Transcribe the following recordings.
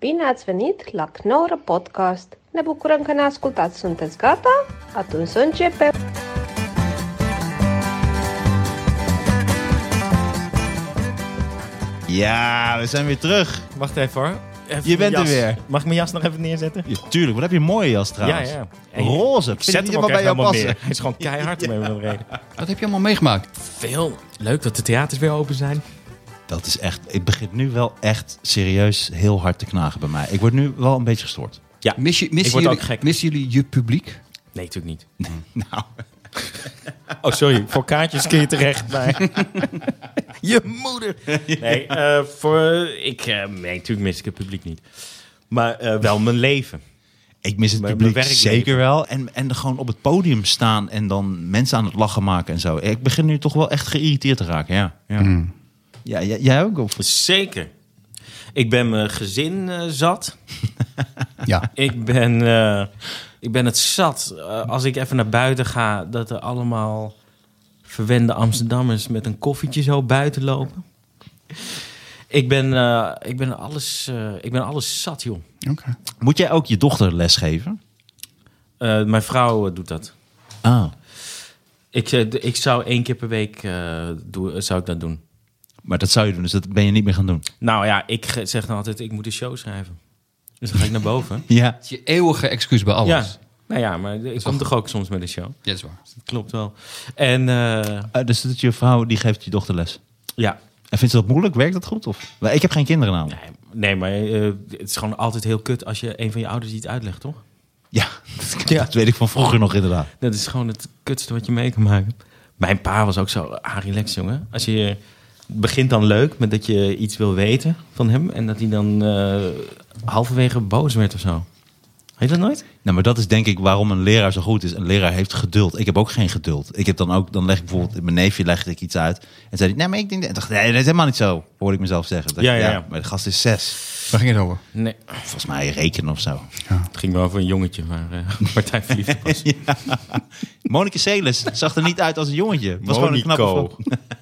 Bine ați venit la Knorr Podcast! Ne bucurăm că ne ascultați. Sunteți gata? Atunci să începem! Ja, we zijn weer terug. Wacht even hoor. Even Je bent jas. er weer. Mag ik mijn jas nog even neerzetten? Ja, tuurlijk, wat heb je een mooie jas trouwens. Ja. Roze. Ik Vind zet je hem niet ook helemaal bij jou helemaal passen? neer. Hij is gewoon keihard om een reden. Wat heb je allemaal meegemaakt? Veel. Leuk dat de theaters weer open zijn. Dat is echt, het begint nu wel echt serieus heel hard te knagen bij mij. Ik word nu wel een beetje gestoord. Ja, Missen jullie je publiek? Nee, natuurlijk niet. Nou, Oh, sorry. Voor kaartjes kun je terecht bij. Je moeder. Nee, nee, natuurlijk mis ik het publiek niet. Maar wel mijn leven. ik mis het Mijn publiek werkleven. zeker wel. En gewoon op het podium staan en dan mensen aan het lachen maken en zo. Ik begin nu toch wel echt geïrriteerd te raken, ja. Ja, jij ook? Of? Zeker. Ik ben mijn gezin zat. Ja. Ik ben het zat als ik even naar buiten ga, dat er allemaal verwende Amsterdammers met een koffietje zo buiten lopen. Ik ben alles zat, joh. Oké. Moet jij ook je dochter lesgeven? Mijn vrouw doet dat. Ah. Ik zou 1 keer per week zou ik dat doen. Maar dat zou je doen, dus dat ben je niet meer gaan doen. Nou ja, ik zeg dan altijd, ik moet een show schrijven. Dus dan ga ik naar boven. Ja. Het is je eeuwige excuus bij alles. Ja, nou ja, maar ik kom toch ook soms met een show. Ja, dat is waar. Dat klopt wel. En Dus dat je vrouw, die geeft je dochter les. ja, En vindt ze dat moeilijk? Werkt dat goed? Of? Ik heb geen kinderen namelijk. nee, maar het is gewoon altijd heel kut als je een van je ouders iets uitlegt, toch? Ja, dat weet ik van vroeger nog inderdaad. Dat is gewoon het kutste wat je mee kan maken. Mijn pa was ook zo, relax jongen. Als je begint dan leuk met dat je iets wil weten van hem en dat hij dan halverwege boos werd of zo. Weet je dat nooit? Nou, maar dat is denk ik waarom een leraar zo goed is. Een leraar heeft geduld. Ik heb ook geen geduld. Ik heb dan leg ik bijvoorbeeld, mijn neefje legde ik iets uit. En zei hij, nee, maar ik denk, en dacht, nee, dat is helemaal niet zo. Hoorde ik mezelf zeggen. Dat, Ja. Maar de gast is 6. Waar ging het over? Nee, Volgens mij rekenen of zo. het ging wel over een jongetje waar hij verliefd op was. Ja. Monike Seles zag er niet uit als een jongetje. Was gewoon een knappe vrouw.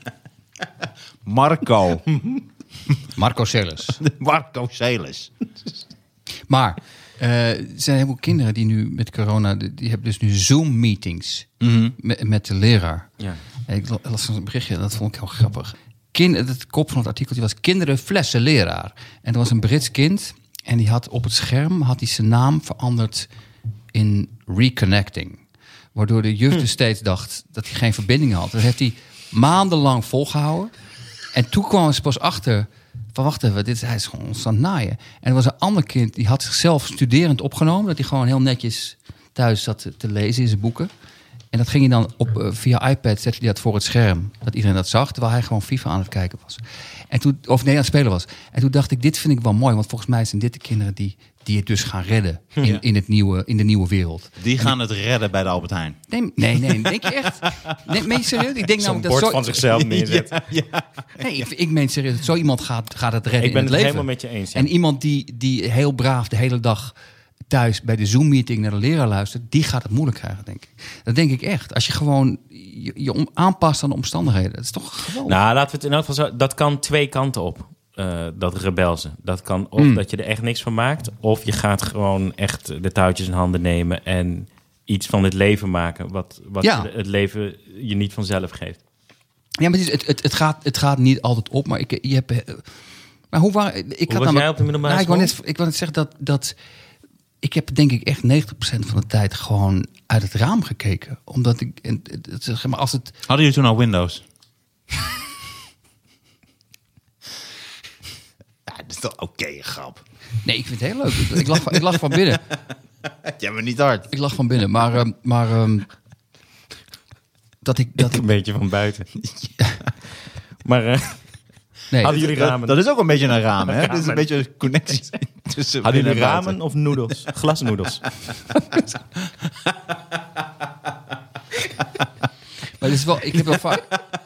Marco Celis. Marco Seles. Maar er zijn heel veel kinderen die nu met corona, die hebben dus nu Zoom-meetings met de leraar. Ja. En ik las een berichtje, dat vond ik heel grappig. Het kop van het artikel was kinderen flessen leraar. En er was een Brits kind en die had op het scherm zijn naam veranderd in reconnecting. Waardoor de juf dus steeds dacht dat hij geen verbinding had. Dat heeft hij maandenlang volgehouden. En toen kwam ze pas achter van wacht even, hij is gewoon ons aan het naaien. En er was een ander kind die had zichzelf studerend opgenomen. Dat hij gewoon heel netjes thuis zat te lezen in zijn boeken. En dat ging hij dan via iPad, zette hij dat voor het scherm. Dat iedereen dat zag, terwijl hij gewoon FIFA aan het kijken was. Aan het spelen was. En toen dacht ik, dit vind ik wel mooi. Want volgens mij zijn dit de kinderen die het dus gaan redden in de nieuwe wereld. Die gaan het redden bij de Albert Heijn. Nee. Denk je echt? Nee, meen je serieus? Ik denk Zo'n namelijk bord dat van zichzelf neerzet. Nee, ik meen serieus. Dat zo iemand gaat het redden Ik ben in het het leven. helemaal met je eens. Ja. En iemand die heel braaf de hele dag thuis bij de Zoom-meeting naar de leraar luistert, die gaat het moeilijk krijgen, denk ik. Dat denk ik echt. Als je gewoon je aanpast aan de omstandigheden. Dat is toch geweldig. Nou, laten we het in elk geval zo. Dat kan 2 kanten op. Dat rebelse. Dat kan of dat je er echt niks van maakt, of je gaat gewoon echt de touwtjes in handen nemen en iets van het leven maken wat het leven je niet vanzelf geeft. Ja, maar het gaat niet altijd op, maar maar hoe was jij op de middelbare school? Ik wou net zeggen dat ik heb denk ik echt 90% van de tijd gewoon uit het raam gekeken. Omdat zeg maar, als het... Hadden jullie toen al Windows? Ja, dat is toch oké, grap. Nee, ik vind het heel leuk. Ik lach van binnen. Ja, maar niet hard. Ik lach van binnen, maar dat ik Een beetje van buiten. Maar nee, hadden jullie ramen? Dat is ook een beetje een raam, hè? Dat is een beetje een connectie tussen Hadden jullie binnen en buiten. ramen of noedels? Glasnoedels. maar het is wel, ik heb wel vaak...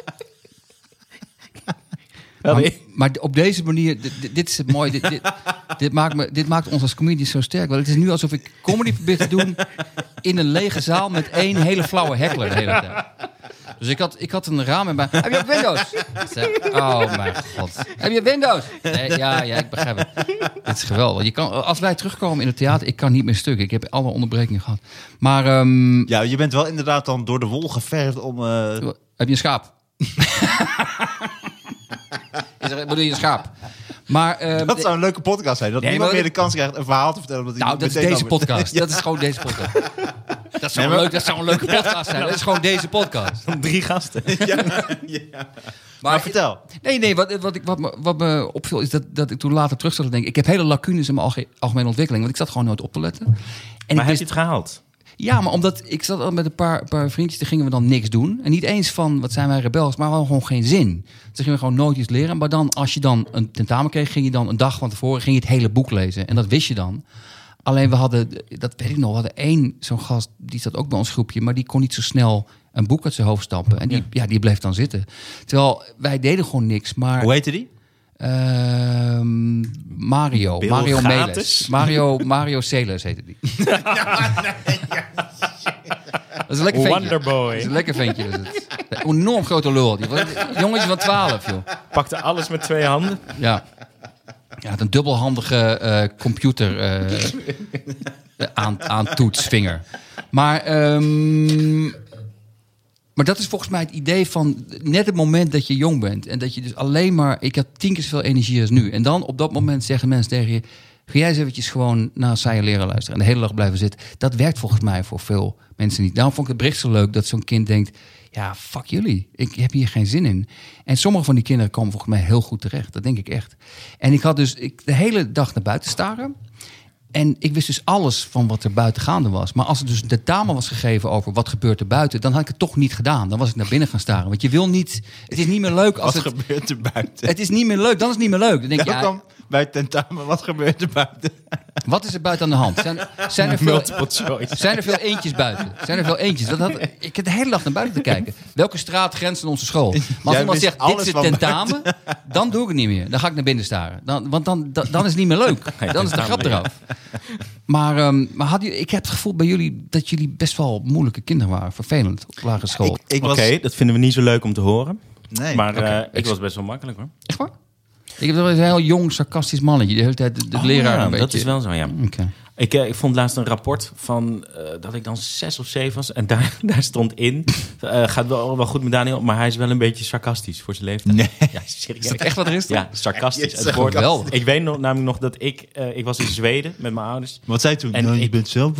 Maar op deze manier, dit is het mooie. Dit maakt ons als comedians zo sterk. Want het is nu alsof ik comedy probeer te doen in een lege zaal met 1 hele flauwe heckler de hele tijd. Dus ik had een raam in mijn... Heb je ook Windows? Ik zei, oh mijn god. Heb je Windows? Nee, ja, ik begrijp het. Dit is geweldig. Als wij terugkomen in het theater, ik kan niet meer stuk. Ik heb alle onderbrekingen gehad. Maar... ja, je bent wel inderdaad dan door de wol geverfd om... Heb je een schaap? Bedoel je een schaap? Maar, dat zou een leuke podcast zijn. Dat niemand meer de kans krijgt een verhaal te vertellen. Dat is deze podcast. Ja. Dat is gewoon deze podcast. Dat zou een leuke podcast zijn. Dat is gewoon deze podcast. 3 gasten. Ja. Maar vertel. Nee, wat me opviel is dat ik toen later terug zat te denken. Ik heb hele lacunes in mijn algemene ontwikkeling. Want ik zat gewoon nooit op te letten. En maar heb je het gehaald? Ja, maar omdat ik zat al met een paar vriendjes, dan gingen we dan niks doen. En niet eens van, wat zijn wij rebels, maar we hadden gewoon geen zin. Dus dan gingen we gewoon nooit iets leren. Maar dan, als je dan een tentamen kreeg, ging je dan een dag van tevoren ging je het hele boek lezen. En dat wist je dan. Alleen we hadden, dat weet ik nog, we hadden één zo'n gast, die zat ook bij ons groepje, maar die kon niet zo snel een boek uit zijn hoofd stampen. En die bleef dan zitten. Terwijl wij deden gewoon niks. Maar hoe heette die? Mario Meles. Mario Celes heette die. Dat is een lekker ventje. Wonderboy. Dat is een lekker ventje. Een enorm grote lul. Jongetje van 12, joh. Pakte alles met 2 handen. Ja. Ja, had een dubbelhandige computer aan toetsvinger. Maar dat is volgens mij het idee van net het moment dat je jong bent. En dat je dus alleen maar... Ik had 10 keer zoveel energie als nu. En dan op dat moment zeggen mensen tegen je... Ga jij eens eventjes gewoon naar saaie leren luisteren. En de hele dag blijven zitten. Dat werkt volgens mij voor veel mensen niet. Daarom vond ik het bericht zo leuk dat zo'n kind denkt... Ja, fuck jullie. Ik heb hier geen zin in. En sommige van die kinderen komen volgens mij heel goed terecht. Dat denk ik echt. En ik had dus de hele dag naar buiten staren. En ik wist dus alles van wat er buiten gaande was. Maar als er dus een tentamen was gegeven over wat gebeurt er buiten... dan had ik het toch niet gedaan. Dan was ik naar binnen gaan staren. Want je wil niet... Het is niet meer leuk als wat gebeurt er buiten? Het is niet meer leuk. Dan is het niet meer leuk. Dan denk je, bij het tentamen, wat gebeurt er buiten? Wat is er buiten aan de hand? Zijn er veel eendjes buiten? Zijn er veel eendjes? Ik heb de hele dag naar buiten te kijken. Welke straat grenst aan onze school? Maar als iemand zegt, dit is het tentamen... dan doe ik het niet meer. Dan ga ik naar binnen staren. Want dan is het niet meer leuk. Dan is de grap eraf. Maar ik heb het gevoel bij jullie... dat jullie best wel moeilijke kinderen waren. Vervelend op lagere school. Oké, dat vinden we niet zo leuk om te horen. Nee. Maar ik was best wel makkelijk, hoor. Echt waar? Ik heb wel een heel jong, sarcastisch mannetje. De hele tijd de leraar een beetje. Dat is wel zo, ja. Okay. Ik vond laatst een rapport van dat ik dan 6 of 7 was. En daar stond in, gaat wel goed met Daniel... maar hij is wel een beetje sarcastisch voor zijn leeftijd. Nee. Ja, serieus. Is dat echt wat er is? Ja, sarcastisch. Ja, het woord wel. Ik weet namelijk nog dat ik was in Zweden met mijn ouders. Wat zei je toen? En je bent zelf...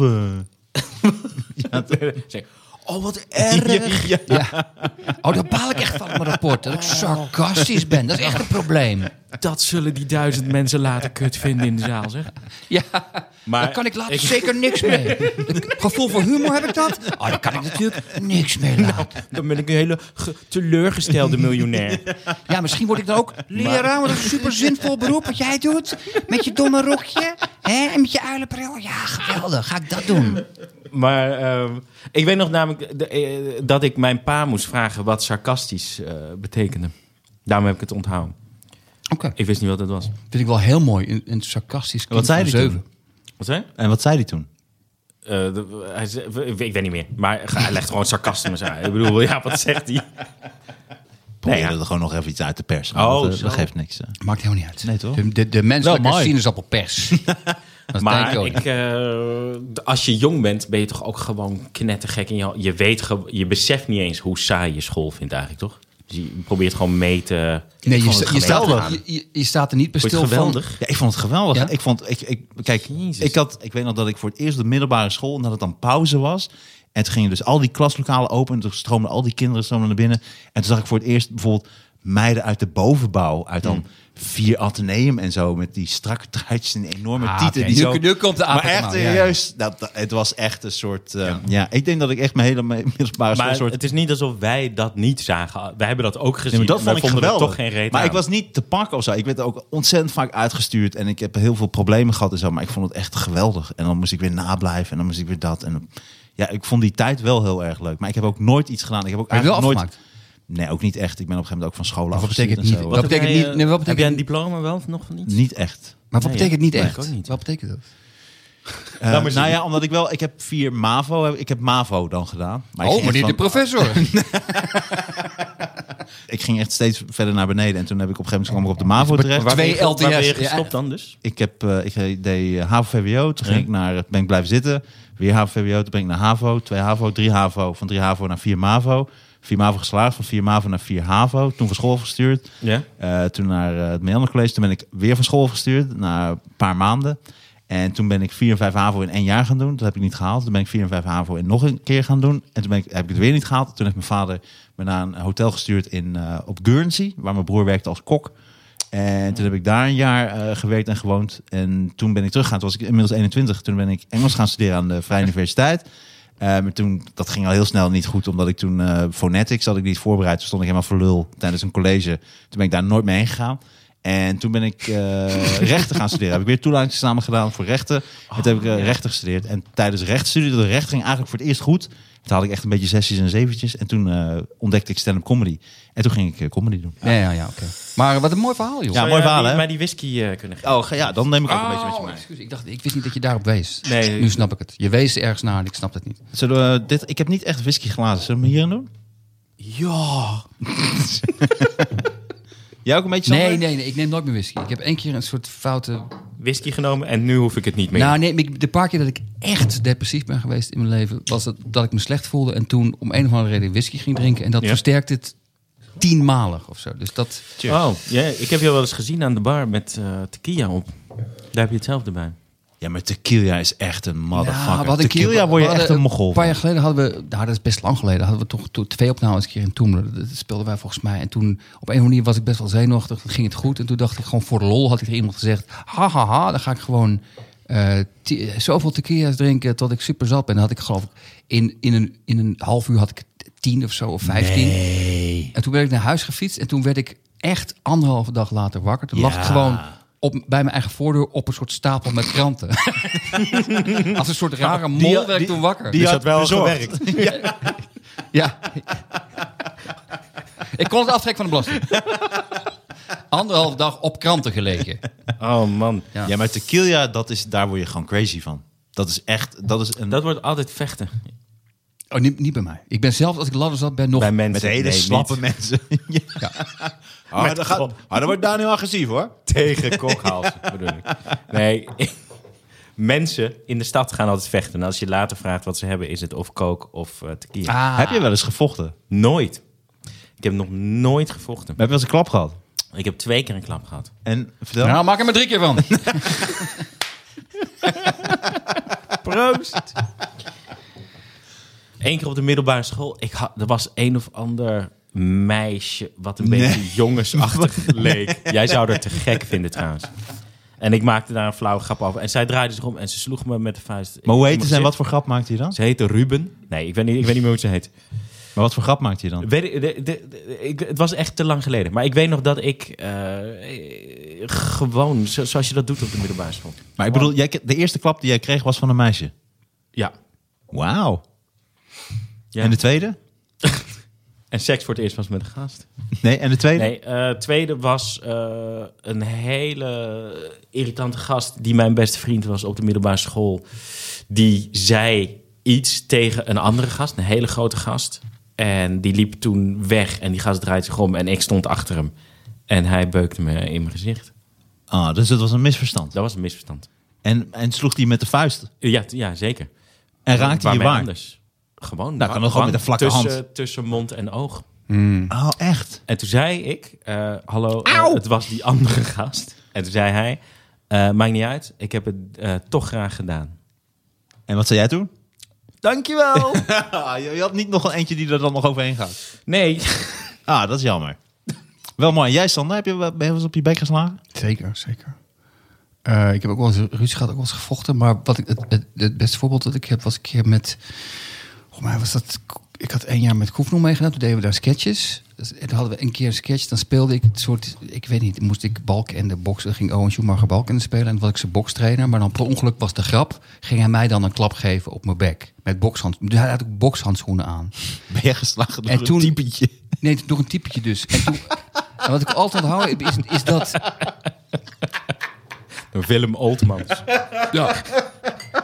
Oh, wat erg. Ja. Oh, daar baal ik echt van mijn rapport. Dat ik sarcastisch ben. Dat is echt een probleem. Dat zullen die 1000 mensen later kut vinden in de zaal, zeg. Ja, maar daar kan ik later zeker niks mee. Het gevoel voor humor heb ik dat. Oh, daar kan ik natuurlijk niks mee laten. Dan ben ik een hele teleurgestelde miljonair. Ja, misschien word ik dan ook leraar. Want dat is een super zinvol beroep wat jij doet. Met je domme rokje. Hè? En met je uilenbril. Ja, geweldig. Ga ik dat doen. Maar ik weet nog namelijk dat ik mijn pa moest vragen wat sarcastisch betekende. Daarom heb ik het onthouden. Okay. Ik wist niet wat het was. Vind ik wel heel mooi. Een sarcastisch kind. Wat zei hij toen? Wat zei? En wat zei hij toen? Ik weet niet meer. Maar hij legt gewoon sarcasme uit. Ik bedoel, ja, wat zegt hij? Probeer er gewoon nog even iets uit te persen. Dat geeft niks. Maakt helemaal niet uit. Nee, toch? De menselijke sinaasappelpers. Maar als je jong bent, ben je toch ook gewoon knettergek. En je beseft niet eens hoe saai je school vindt eigenlijk, toch? Dus je probeert gewoon mee te... Nee, je staat er niet bij stil van. Ja, ik vond het geweldig. Ja? Ik weet nog dat ik voor het eerst op de middelbare school... en dat het dan pauze was... En toen gingen dus al die klaslokalen open... en toen stroomden al die kinderen naar binnen. En toen zag ik voor het eerst bijvoorbeeld... meiden uit de bovenbouw... uit dan 4 Atheneum en zo... met die strakke truitjes en enorme tieten. Okay. Nu komt de maar echt serieus, het was echt een soort... ik denk dat ik echt mijn hele middelbare school... Maar het is niet alsof wij dat niet zagen. Wij hebben dat ook gezien. Nee, maar dat vond ik geweldig. Toch geen reet maar aan. Ik was niet te pakken of zo. Ik werd ook ontzettend vaak uitgestuurd... en ik heb heel veel problemen gehad en zo... maar ik vond het echt geweldig. En dan moest ik weer nablijven en dan moest ik weer dat... En ja, ik vond die tijd wel heel erg leuk. Maar ik heb ook nooit iets gedaan. Ik heb ook eigenlijk nooit... Nee, ook niet echt. Ik ben op een gegeven moment ook van school afgestuurd en zo. Wat betekent niet? Heb jij een diploma wel nog van iets? Niet echt. Maar wat betekent niet echt? Ik ook niet. Wat betekent dat? maar zien. Nou ja, omdat ik heb 4 MAVO. Ik heb MAVO dan gedaan. Maar meneer de professor. Ik ging echt steeds verder naar beneden. En toen heb ik op een gegeven moment kwam ik op de MAVO terecht. Waar ben je- 2 LTS. Waar ben je gestopt dan dus? Ik deed HAVO-VWO. Toen ben ik blijven zitten. Weer HAVO-VWO. Toen ben ik naar HAVO. 2 HAVO, 3 HAVO. Van 3 HAVO naar 4 MAVO. 4 MAVO geslaagd. Van 4 MAVO naar 4 HAVO. Toen van school afgestuurd. Ja. Toen naar het Meander College. Toen ben ik weer van school afgestuurd. Na een paar maanden. En toen ben ik 4 en 5 HAVO in 1 jaar gaan doen. Dat heb ik niet gehaald. Toen ben ik 4 en 5 HAVO in nog een keer gaan doen. En toen heb ik het weer niet gehaald. Toen heeft mijn vader me naar een hotel gestuurd op Guernsey. Waar mijn broer werkte als kok. En toen heb ik daar een jaar gewerkt en gewoond. En toen ben ik teruggegaan. Toen was ik inmiddels 21. Toen ben ik Engels gaan studeren aan de Vrije Universiteit. Maar toen, dat ging al heel snel niet goed. Omdat ik toen phonetics had ik niet voorbereid. Toen stond ik helemaal voor lul tijdens een college. Toen ben ik daar nooit mee heen gegaan. En toen ben ik rechten gaan studeren. Heb ik weer toelatingsexamen gedaan voor rechten. En toen heb ik rechten gestudeerd. En tijdens rechtsstudie, de recht ging eigenlijk voor het eerst goed. Toen had ik echt een beetje 6's en 7's. En toen ontdekte ik stand-up comedy. En toen ging ik comedy doen. Ja, oké. Maar wat een mooi verhaal, joh. Ja, mooi verhaal, hè? Maar die whisky kunnen geven. Oh, ja, dan neem ik ook een beetje met je mee. Excuus, ik wist niet dat je daarop wees. Nee. Nu snap ik het. Je wees ergens naar en ik snap het niet. Zullen we ik heb niet echt whisky glazen. Zullen we hem hierin doen? Ja. Jij ook een beetje? Sander? Nee, ik neem nooit meer whisky. Ik heb 1 keer een soort foute... Whisky genomen en nu hoef ik het niet meer. Nou nee, de paar keer dat ik echt depressief ben geweest in mijn leven... was het dat ik me slecht voelde en toen om een of andere reden whisky ging drinken. En dat versterkt het 10-malig of zo. Dus dat... Oh, ja, ik heb je wel eens gezien aan de bar met tequila op. Daar heb je hetzelfde bij. Ja, maar tequila is echt een motherfucker. we hadden een Tequila keer- word je we echt hadden een mogol. Een paar jaar geleden hadden we, dat is best lang geleden, hadden we toch 2 opnames een keer in Toemelen. Dat speelden wij volgens mij. En toen op een of andere manier was ik best wel zenuwachtig. Dan ging het goed. En toen dacht ik gewoon voor de lol had ik er iemand gezegd, ha, dan ga ik gewoon zoveel tequila's drinken tot ik super zat ben. Dan had ik geloof ik in een half uur had ik 10 of zo of 15. Nee. En toen ben ik naar huis gefietst en toen werd ik echt 1,5 dag later wakker. Toen lag ik gewoon bij mijn eigen voordeur op een soort stapel met kranten. Als een soort rare mol werd ik toen wakker. Die had wel bezorgd. gewerkt. Ja. Ik kon het aftrekken van de belasting. 1,5 dag op kranten gelegen. Oh man. Ja. Ja, maar tequila, daar word je gewoon crazy van. Dat is echt... Dat wordt altijd vechten. Oh, niet bij mij. Ik ben zelf, als ik ladder zat, ben nog... Bij mensen. Met hele Nee, slappe niet. mensen. Ja. Dat wordt Daniel agressief, hoor. Tegen kokhalzen, bedoel ik. Nee, mensen in de stad gaan altijd vechten. En als je later vraagt wat ze hebben, is het of coke of tequila. Ah. Heb je wel eens gevochten? Nooit. Ik heb nog nooit gevochten. Heb je wel eens een klap gehad? Ik heb 2 keer een klap gehad. En vertel. Nou, maak er maar 3 keer van. Proost! 1 keer op de middelbare school. Er was een of ander meisje wat een beetje jongensachtig leek. Jij zou er te gek vinden trouwens. En ik maakte daar een flauwe grap over. En zij draaide zich om en ze sloeg me met de vuist. Maar hoe in heette mijn ze en wat gezicht. voor grap maakte hij dan? Ze heette Ruben. Nee, ik weet niet meer hoe ze heet. Maar wat voor grap maakte hij dan? Het was echt te lang geleden. Maar ik weet nog dat ik gewoon, zoals je dat doet op de middelbare school. Maar ik bedoel, de eerste klap die jij kreeg was van een meisje. Ja. Wauw. Ja. En de tweede? En seks voor het eerst was met een gast. Nee, en de tweede? Nee, tweede was een hele irritante gast die mijn beste vriend was op de middelbare school. Die zei iets tegen een andere gast, een hele grote gast. En die liep toen weg en die gast draaide zich om en ik stond achter hem. En hij beukte me in mijn gezicht. Ah, dus het was een misverstand. Dat was een misverstand. En sloeg hij met de vuist? Ja, zeker. En raakte je Waarmee waar? anders? Gewoon. Nou, kan ook gewoon met een vlakke hand. Tussen mond en oog. Oh, echt? En toen zei ik, hallo, het was die andere gast. En toen zei hij, maakt niet uit, ik heb het toch graag gedaan. En wat zei jij toen? Dankjewel. Je had niet nog een eentje die er dan nog overheen gaat. Nee. Ah, dat is jammer. Wel mooi. Jij, Sander, ben je wel eens op je bek geslagen? Zeker. Ik heb ook wel eens ruzie gehad, ook wel eens gevochten. Maar wat ik het beste voorbeeld dat ik heb, was een keer met... Volgens mij was dat... Ik had 1 jaar met Koefnoem meegedaan. Toen deden we daar sketches. En toen hadden we een keer een sketch. Dan speelde ik het soort... Ik weet niet, moest ik Balkenende boksen. Dan ging Owen Schumacher Balkenende spelen. En toen was ik zijn bokstrainer. Maar dan per ongeluk was de grap. Ging hij mij dan een klap geven op mijn bek. Met bokshandschoenen. Dus hij had ook bokshandschoenen aan. Ben je geslagen door En een toen- typetje? Nee, door een typetje dus. En toen... En wat ik altijd onthoud is dat... Door Willem Oltmans. Ja.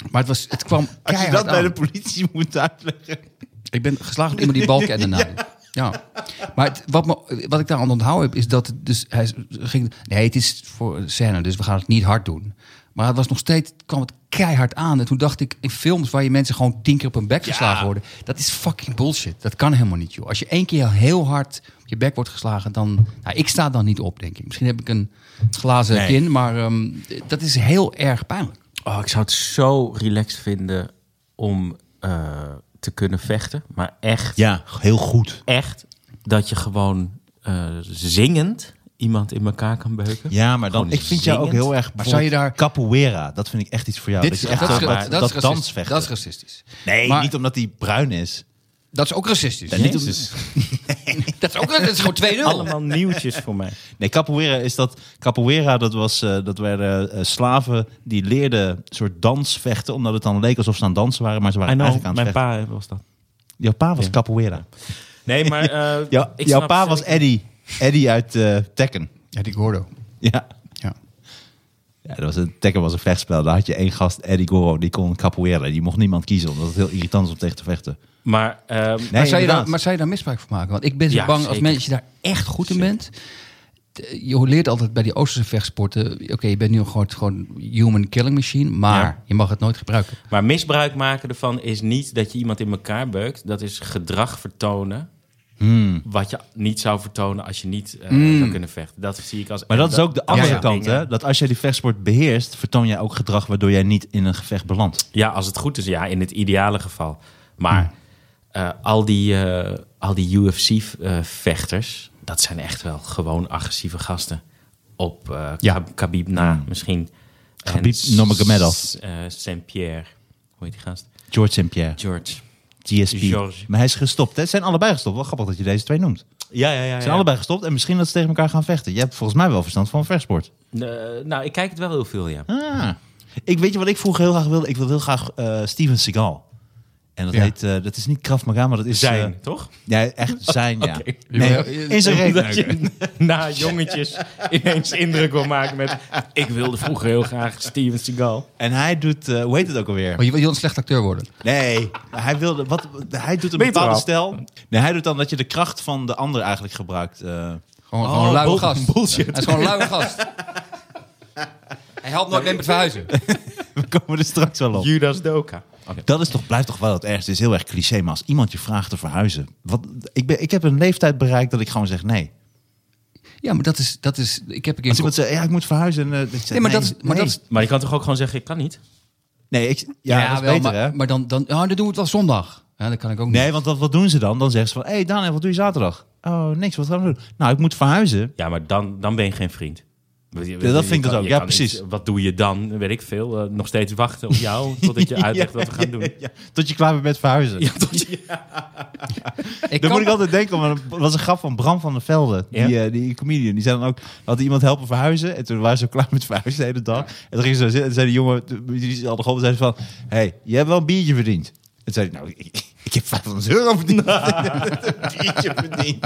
Maar het kwam Als je keihard dat bij aan. de politie moet uitleggen. Ik ben geslagen door iemand die balken en daarna. Ja. Maar wat ik daar aan onthouden heb, is dat het dus hij ging. Nee, het is voor een scène, dus we gaan het niet hard doen. Maar het was nog steeds, kwam het keihard aan. En toen dacht ik, in films waar je mensen gewoon 10 keer op hun bek geslagen worden, dat is fucking bullshit. Dat kan helemaal niet, joh. Als je 1 keer heel hard op je bek wordt geslagen, dan. Nou, ik sta dan niet op, denk ik. Misschien heb ik een glazen kin, maar dat is heel erg pijnlijk. Oh, ik zou het zo relaxed vinden om te kunnen vechten. Maar echt, Ja, heel goed. echt dat je gewoon zingend iemand in elkaar kan beuken. Ja, maar dan, Gewoon ik vind jou ook zingend. heel erg... Maar zou je daar- Capoeira, dat vind ik echt iets voor jou. Dat je echt dat dansvechten. Dat is racistisch. Nee, Maar- niet omdat hij bruin is. Dat is ook racistisch. Niet om- Jezus. Dat is gewoon 2-0. Allemaal nieuwtjes voor mij. Nee, capoeira is dat... Capoeira, dat werden slaven die leerden soort dansvechten, omdat het dan leek alsof ze aan het dansen waren, maar ze waren eigenlijk aan het mijn vechten. pa was dat. Jouw pa was capoeira. Nee, maar Jouw pa was Eddie. Eddie uit Tekken. Ja, die Gordo. Ja. Ja. Ja, Tekken was een vechtspel. Daar had je 1 gast, Eddie Gordo, die kon capoeira. Die mocht niemand kiezen, omdat het heel irritant is om tegen te vechten. Maar, Nee, zou inderdaad. je daar misbruik van maken? Want ik ben zo Ja, bang als zeker. je daar echt goed in bent. Je leert altijd bij die Oosterse vechtsporten. Oké, je bent nu gewoon human killing machine. Maar Ja. je mag het nooit gebruiken. maar misbruik maken ervan is niet dat je iemand in elkaar beukt. Dat is gedrag vertonen. Wat je niet zou vertonen als je niet zou kunnen vechten. Dat zie ik als... Maar dat is ook de andere ja, kant, dingen. hè? Dat als jij die vechtsport beheerst, vertoon jij ook gedrag waardoor jij niet in een gevecht belandt. Ja, als het goed is, ja, in het ideale geval. Maar al die UFC-vechters, dat zijn echt wel gewoon agressieve gasten. Op Khabib na misschien. Khabib En Nurmagomedov. Saint-Pierre, hoe heet die gast? George St. Pierre, George. GSP. George. Maar hij is gestopt, hè? Ze zijn allebei gestopt. Wel grappig dat je deze 2 noemt. Ja. Ze zijn allebei gestopt en misschien dat ze tegen elkaar gaan vechten. Je hebt volgens mij wel verstand van vechtsport. Nou, ik kijk het wel heel veel, ja. Weet je wat ik vroeger heel graag wilde? Ik wilde heel graag Steven Seagal. En dat heet, dat is niet Krav Maga, maar dat is... toch? Ja, echt zijn, ja. Oké. Nee, in zijn reet Dat neuken. je na jongetjes ineens indruk wil maken met... Ik wilde vroeger heel graag Steven Seagal. En hij doet, hoe heet het ook alweer? Maar je wil een slecht acteur worden. Nee, hij wilde, hij doet een Ben je bepaalde er al? stijl. Nee, hij doet dan dat je de kracht van de ander eigenlijk gebruikt. Gewoon een luie gast. Bullshit. Hij is gewoon een luie gast. Hij helpt nooit mee met verhuizen. We komen er straks wel op. Judas Doka. Dat is blijft toch wel het ergste. Het is heel erg cliché, maar als iemand je vraagt te verhuizen. Ik heb een leeftijd bereikt dat ik gewoon zeg nee. Ja, maar dat is ik heb een keer... Als iemand zegt, ja, ik moet verhuizen. En, dat ik zeg, Nee, maar dat is... Maar dat is Maar je kan toch ook gewoon zeggen, ik kan niet? nee, dat is wel, beter, hè? maar dan doen we het wel zondag. Ja, dat kan ik ook niet. Nee, want wat doen ze dan? Dan zeggen ze van, hé Daniel, wat doe je zaterdag? Oh, niks, wat gaan we doen? Nou, ik moet verhuizen. Ja, maar dan ben je geen vriend. dat vind ik dus ook. Je Ja, kan precies. niet- wat doe je dan? Weet ik veel. Nog steeds wachten op jou totdat je uitlegt wat we gaan doen. Ja, tot je klaar bent met verhuizen. Ja, tot je... Daar moet ik altijd denken, maar dat was een grap van Bram van der Velde, die comedian. Die zei dan ook, had iemand helpen verhuizen. En toen waren ze klaar met verhuizen de hele dag. En toen ging ze zo zitten en zei die jongen, die hadden geholpen, zei ze van, hey, je hebt wel een biertje verdiend. En toen zei hij, nou, ik heb €500 verdiend. Een biertje verdiend.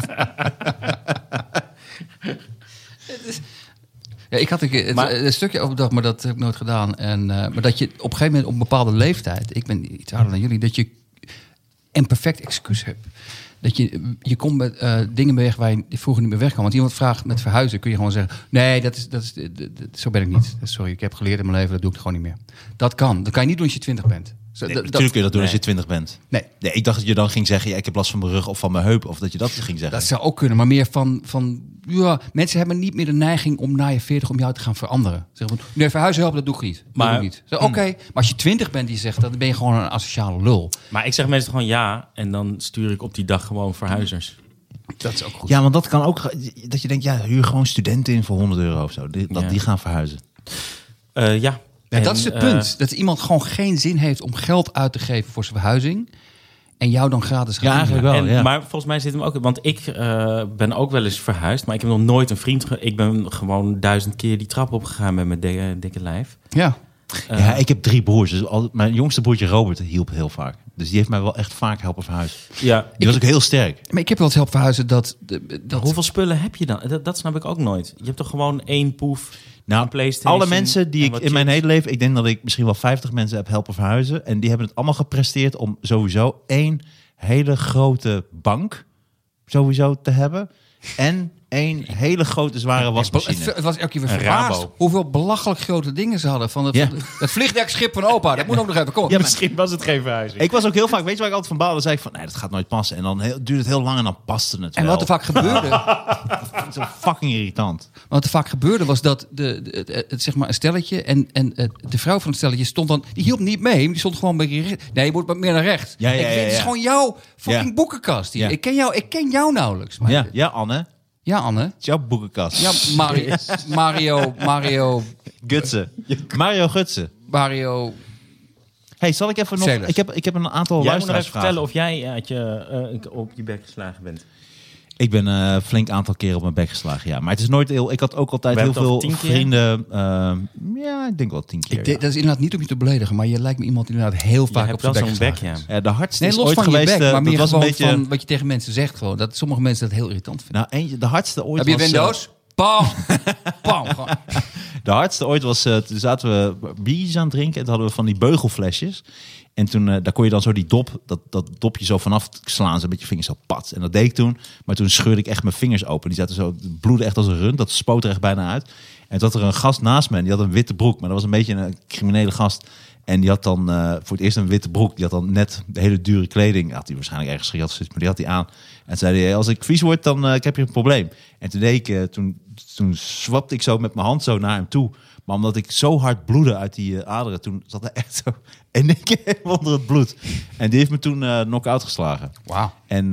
Ja, ik had een keer een stukje overdag, maar dat heb ik nooit gedaan. Maar dat je op een gegeven moment op een bepaalde leeftijd, ik ben iets ouder dan jullie, dat je een perfect excuus hebt. Dat je komt met dingen weg waar je vroeger niet meer weg kan. Want iemand vraagt met verhuizen, kun je gewoon zeggen, nee, zo ben ik niet. Sorry, ik heb geleerd in mijn leven, dat doe ik gewoon niet meer. Dat kan. Dat kan je niet doen als je 20 bent. Natuurlijk kun je dat doen als je 20 bent. Nee. Ik dacht dat je dan ging zeggen, ja, ik heb last van mijn rug of van mijn heup. Of dat je dat ging zeggen. Dat zou ook kunnen, maar meer van ja, mensen hebben niet meer de neiging om na je 40 om jou te gaan veranderen. Zeggen van, nee, verhuizen helpen, dat doe ik niet. Maar- Dat doe ik niet. Oké, maar als je 20 bent die zegt, dan ben je gewoon een asociale lul. Maar ik zeg mensen gewoon ja. En dan stuur ik op die dag gewoon verhuizers. Dat is ook goed. Ja, want dat kan ook, dat je denkt, ja, huur gewoon studenten in voor €100 of zo. Die gaan verhuizen. Ja. Ja, En, dat is het punt. Dat iemand gewoon geen zin heeft om geld uit te geven voor zijn verhuizing. En jou dan gratis gaat Ja, eigenlijk wel. En, ja. Maar volgens mij zit hem ook... Want ik ben ook wel eens verhuisd. Maar ik heb nog nooit een vriend... Ik ben gewoon 1000 keer die trap opgegaan met mijn dikke lijf. Ja. Ja, ik heb 3 broers. Dus mijn jongste broertje Robert hielp heel vaak. Dus die heeft mij wel echt vaak helpen verhuizen. Ja. Die was ook heel sterk. Maar ik heb wel eens helpen verhuizen dat Hoeveel spullen heb je dan? Dat snap ik ook nooit. Je hebt toch gewoon 1 poef... Nou, een PlayStation alle mensen die en ik wat in mijn chips. hele leven... Ik denk dat ik misschien wel 50 mensen heb helpen verhuizen. En die hebben het allemaal gepresteerd om sowieso 1 hele grote bank sowieso te hebben. En 1 hele grote zware wasmachine. Het was elke keer weer Een verbaasd Rabo. hoeveel belachelijk grote dingen ze hadden. Van Ja. het vliegdekschip van opa, dat moet ook nog even komen. Ja, maar- Misschien was het geen verhuizing. Ik was ook heel vaak... Weet je waar ik altijd van baalde? Dan zei ik van, nee, dat gaat nooit passen. En dan duurde het heel lang en dan paste het En wel. wat er vaak gebeurde, Zo fucking irritant. wat er vaak gebeurde was dat het zeg maar een stelletje en de vrouw van het stelletje stond dan, die hielp niet mee, die stond gewoon een beetje recht. Nee, je moet maar meer naar rechts. Ja, Ik weet, het is gewoon jouw fucking Ja. boekenkast. Hier. Ja. Ik ken jou nauwelijks. Maar Ja, Anne. Ja, Anne. Het is jouw boekenkast. Ja, Mario. Gutsen. Mario. Hey, zal ik even nog... Celers. Ik heb een aantal Jij moet nog even luisteraarsvragen. vertellen of jij op je bek geslagen bent. Ik ben een flink aantal keren op mijn bek geslagen, ja. Maar het is nooit heel... Ik had ook altijd We heel hebben het veel over 10 keer? vrienden... ja, ik denk wel 10 keer. Dat is inderdaad niet om je te beledigen, maar je lijkt me iemand die inderdaad heel Je vaak hebt op zijn wel bek zo'n bek, geslagen is. ja. De hardste Nee, is los ooit van geweest... je bek, maar meer dat was gewoon een beetje... van wat je tegen mensen zegt. Gewoon. Dat sommige mensen dat heel irritant vinden. Nou, de hardste ooit Heb je was... Windows? Pam! Pam! Gewoon. De hardste ooit was... toen zaten we biertjes aan het drinken... en toen hadden we van die beugelflesjes... En toen, daar kon je dan zo die dat dopje zo vanaf slaan, zo met je vingers zo pat. En dat deed ik toen. Maar toen scheurde ik echt mijn vingers open. Die zaten zo, bloedde echt als een rund. Dat spoot er echt bijna uit. En toen had er een gast naast me en die had een witte broek. Maar dat was een beetje een criminele gast. En die had dan voor het eerst een witte broek. Die had dan net de hele dure kleding. Had hij waarschijnlijk ergens gejat, maar die had hij aan. En zei hij, als ik vies word, dan heb je een probleem. En toen deed ik, toen swapte ik zo met mijn hand zo naar hem toe. Maar omdat ik zo hard bloedde uit die aderen, toen zat hij echt zo in één keer onder het bloed. En die heeft me toen knock-out geslagen. Wauw. En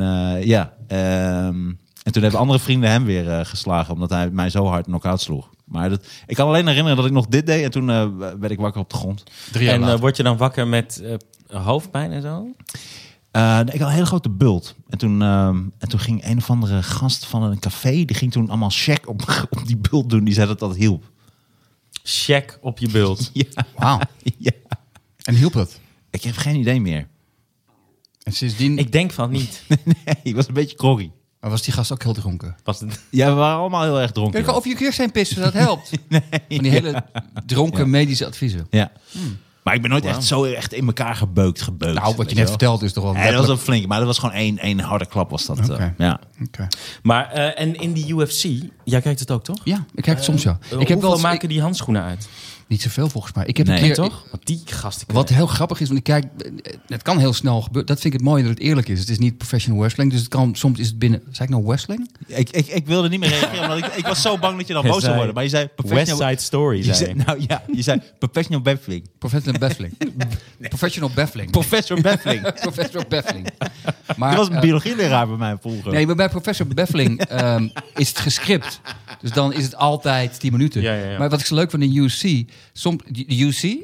en toen hebben andere vrienden hem weer geslagen, omdat hij mij zo hard knock-out sloeg. Maar ik kan alleen herinneren dat ik nog dit deed en toen werd ik wakker op de grond. 3 jaar En later. word je dan wakker met hoofdpijn en zo? Nee, ik had een hele grote bult. En toen ging een of andere gast van een café, die ging toen allemaal check op die bult doen. Die zei dat dat hielp. Check op je bult. Ja. Wauw. Ja. En hielp dat? Ik heb geen idee meer. En sindsdien Ik denk van niet. Nee, ik was een beetje groggy. maar was die gast ook heel dronken. Was het... Ja, we waren allemaal heel erg dronken. Kijk, over je kuur zijn pissen, dat helpt. Van die hele dronken medische adviezen. Ja. Maar ik ben nooit echt zo echt in elkaar gebeukt. Nou, wat weet je net wel. vertelt is toch wel... Nee, dat was een flink, maar dat was gewoon één harde klap was dat. Oké. Ja. Oké. Maar en in die UFC, jij kijkt het ook toch? Ja, ik kijk het soms ja. Ik heb Hoeveel wel eens- maken die handschoenen uit? Niet zoveel volgens mij. Ik heb Nee. een keer... Toch? Want die gasten... Wat heel grappig is, want ik kijk, het kan heel snel gebeuren. Dat vind ik het mooie dat het eerlijk is. Het is niet professional wrestling, dus het kan soms is het binnen. Zei ik nou wrestling? Ik wilde niet meer reageren, omdat ik was zo bang dat je dan Je boos zou zei worden. Maar je zei West professional... Side Story, Je zei zei, je. nou ja, je zei professional baffling. Professional baffling. Professional baffling. Professor baffling. Professional baffling. Maar Dat was een biologieleraar bij mij vroeger. nee, maar bij professor baffling is het gescript. Dus dan is het altijd 10 minuten. Ja. Maar wat ik zo leuk vind in UFC, soms de UC.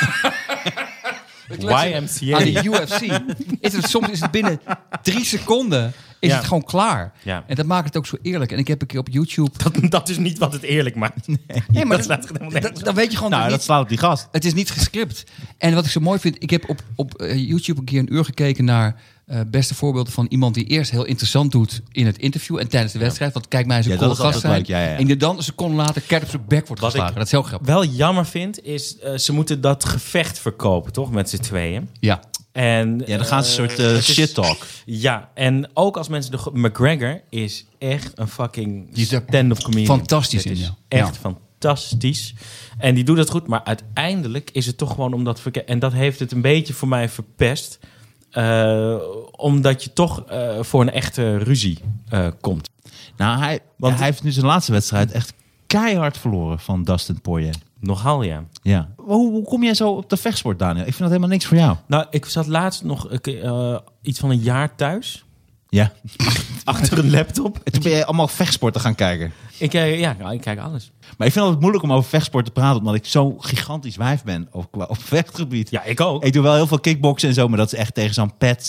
YMCA. Aan de UFC is het soms is het binnen 3 seconden is Ja. het gewoon klaar. Ja. En dat maakt het ook zo eerlijk. En ik heb een keer op YouTube. Dat is niet wat het eerlijk maakt. Nee, maar dat slaat helemaal nergens op. dan weet je gewoon Nou, dat dat niet, slaat op die gast. het is niet gescript. En wat ik zo mooi vind, ik heb op YouTube een keer een uur gekeken naar beste voorbeelden van iemand die eerst heel interessant doet in het interview en tijdens de wedstrijd. Want kijk mij eens een Ja, cool dat is gast altijd zijn. leuk, ja. En die dan een seconde later keihard op zijn bek wordt Wat geslagen. ik- Dat is heel grappig. Wel jammer vind, is ze moeten dat gevecht verkopen, toch? Met z'n tweeën. Ja. En, Ja, dan gaan ze een soort het is- shit talk. Ja, en ook als mensen... McGregor is echt een fucking Die is er stand-up comedian. fantastisch Het in, is ja. echt Ja. fantastisch. En die doet het goed, maar uiteindelijk is het toch gewoon omdat... En dat heeft het een beetje voor mij verpest. Omdat je toch voor een echte ruzie komt. Nou, hij heeft nu zijn laatste wedstrijd echt keihard verloren van Dustin Poirier. Nogal, ja. Ja. Hoe kom jij zo op de vechtsport, Daniel? Ik vind dat helemaal niks voor jou. Nou, ik zat laatst nog iets van een jaar thuis. Ja. Achter een laptop. En toen ben je allemaal vechtsporten gaan kijken. Ik kijk alles. Maar ik vind het moeilijk om over vechtsport te praten, omdat ik zo'n gigantisch wijf ben op vechtgebied. Ja, ik ook. Ik doe wel heel veel kickboksen en zo, maar dat is echt tegen zo'n pets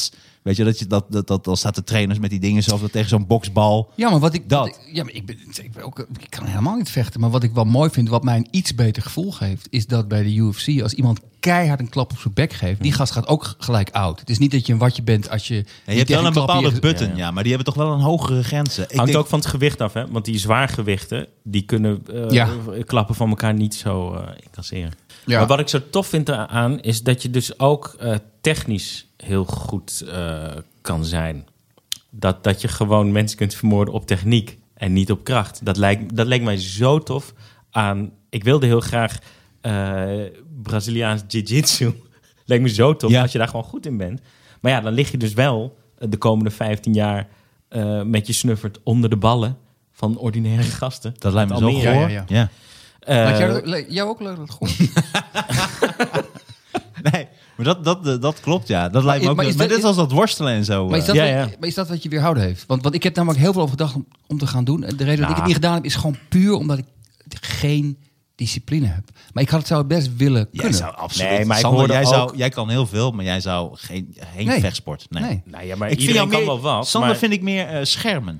Weet je, dat dan staat de trainers met die dingen zo tegen zo'n boksbal. Ja, maar ik kan helemaal niet vechten. Maar wat ik wel mooi vind, wat mij een iets beter gevoel geeft, is dat bij de UFC, als iemand keihard een klap op zijn bek geeft, die gast gaat ook gelijk oud. Het is niet dat je een watje bent als je... Ja, je hebt wel een bepaalde button, maar die hebben toch wel een hogere grenzen. Hangt ook van het gewicht af, hè? Want die zwaargewichten, die kunnen klappen van elkaar niet zo incasseren. Ja. Maar wat ik zo tof vind aan, is dat je dus ook technisch heel goed kan zijn. Dat je gewoon mensen kunt vermoorden op techniek en niet op kracht. Dat lijkt mij zo tof aan... Ik wilde heel graag Braziliaans jiu-jitsu. Lijkt me zo tof als je daar gewoon goed in bent. Maar ja, dan lig je dus wel de komende 15 jaar met je snuffert onder de ballen van ordinaire gasten. Dat lijkt me zo goor. Ja. Jou ook leuk dat gewoon. Nee, maar dat klopt, ja. Dat lijkt me ook. Maar dit is als dat worstelen en zo. Maar is dat wat je weerhouden heeft? Want ik heb namelijk heel veel over gedacht om te gaan doen. De reden dat ik het niet gedaan heb, is gewoon puur omdat ik geen discipline heb. Maar ik had het zou best willen kunnen. Jij zou absoluut. Nee, maar Sander, jij kan heel veel, maar jij zou geen vechtsport. Nee. Nou ja, maar iedereen kan wel wat. Sander vind ik meer schermen.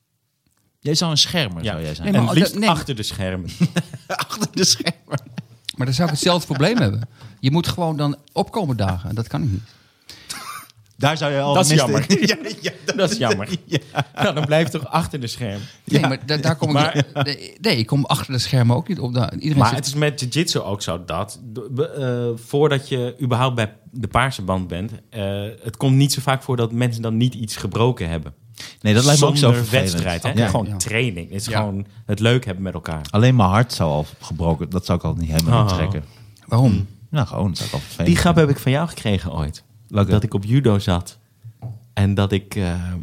Jij zou een schermer, zou jij zijn. Nee, maar liefst achter de schermen. Achter de schermen. Maar dan zou ik hetzelfde probleem hebben. Je moet gewoon dan opkomen dagen. Dat kan ik niet. Daar zou je al. Dat is jammer. Dat is jammer. Ja. Nou, dan blijf je toch achter de schermen. Nee, maar daar kom ik. Nee, ik kom achter de schermen ook niet op. Het is met jiu-jitsu ook zo dat voordat je überhaupt bij de paarse band bent, het komt niet zo vaak voor dat mensen dan niet iets gebroken hebben. Nee, dat lijkt me ook zo vervelend. Wedstrijd, hè? Ja. Gewoon training. Het is gewoon het leuk hebben met elkaar. Alleen mijn hart zou al gebroken. Dat zou ik al niet helemaal trekken. Waarom? Nou, gewoon, dat zou ik al vervelend. Die grap heb ik van jou gekregen ooit. Leuk, dat ik op judo zat. En dat ik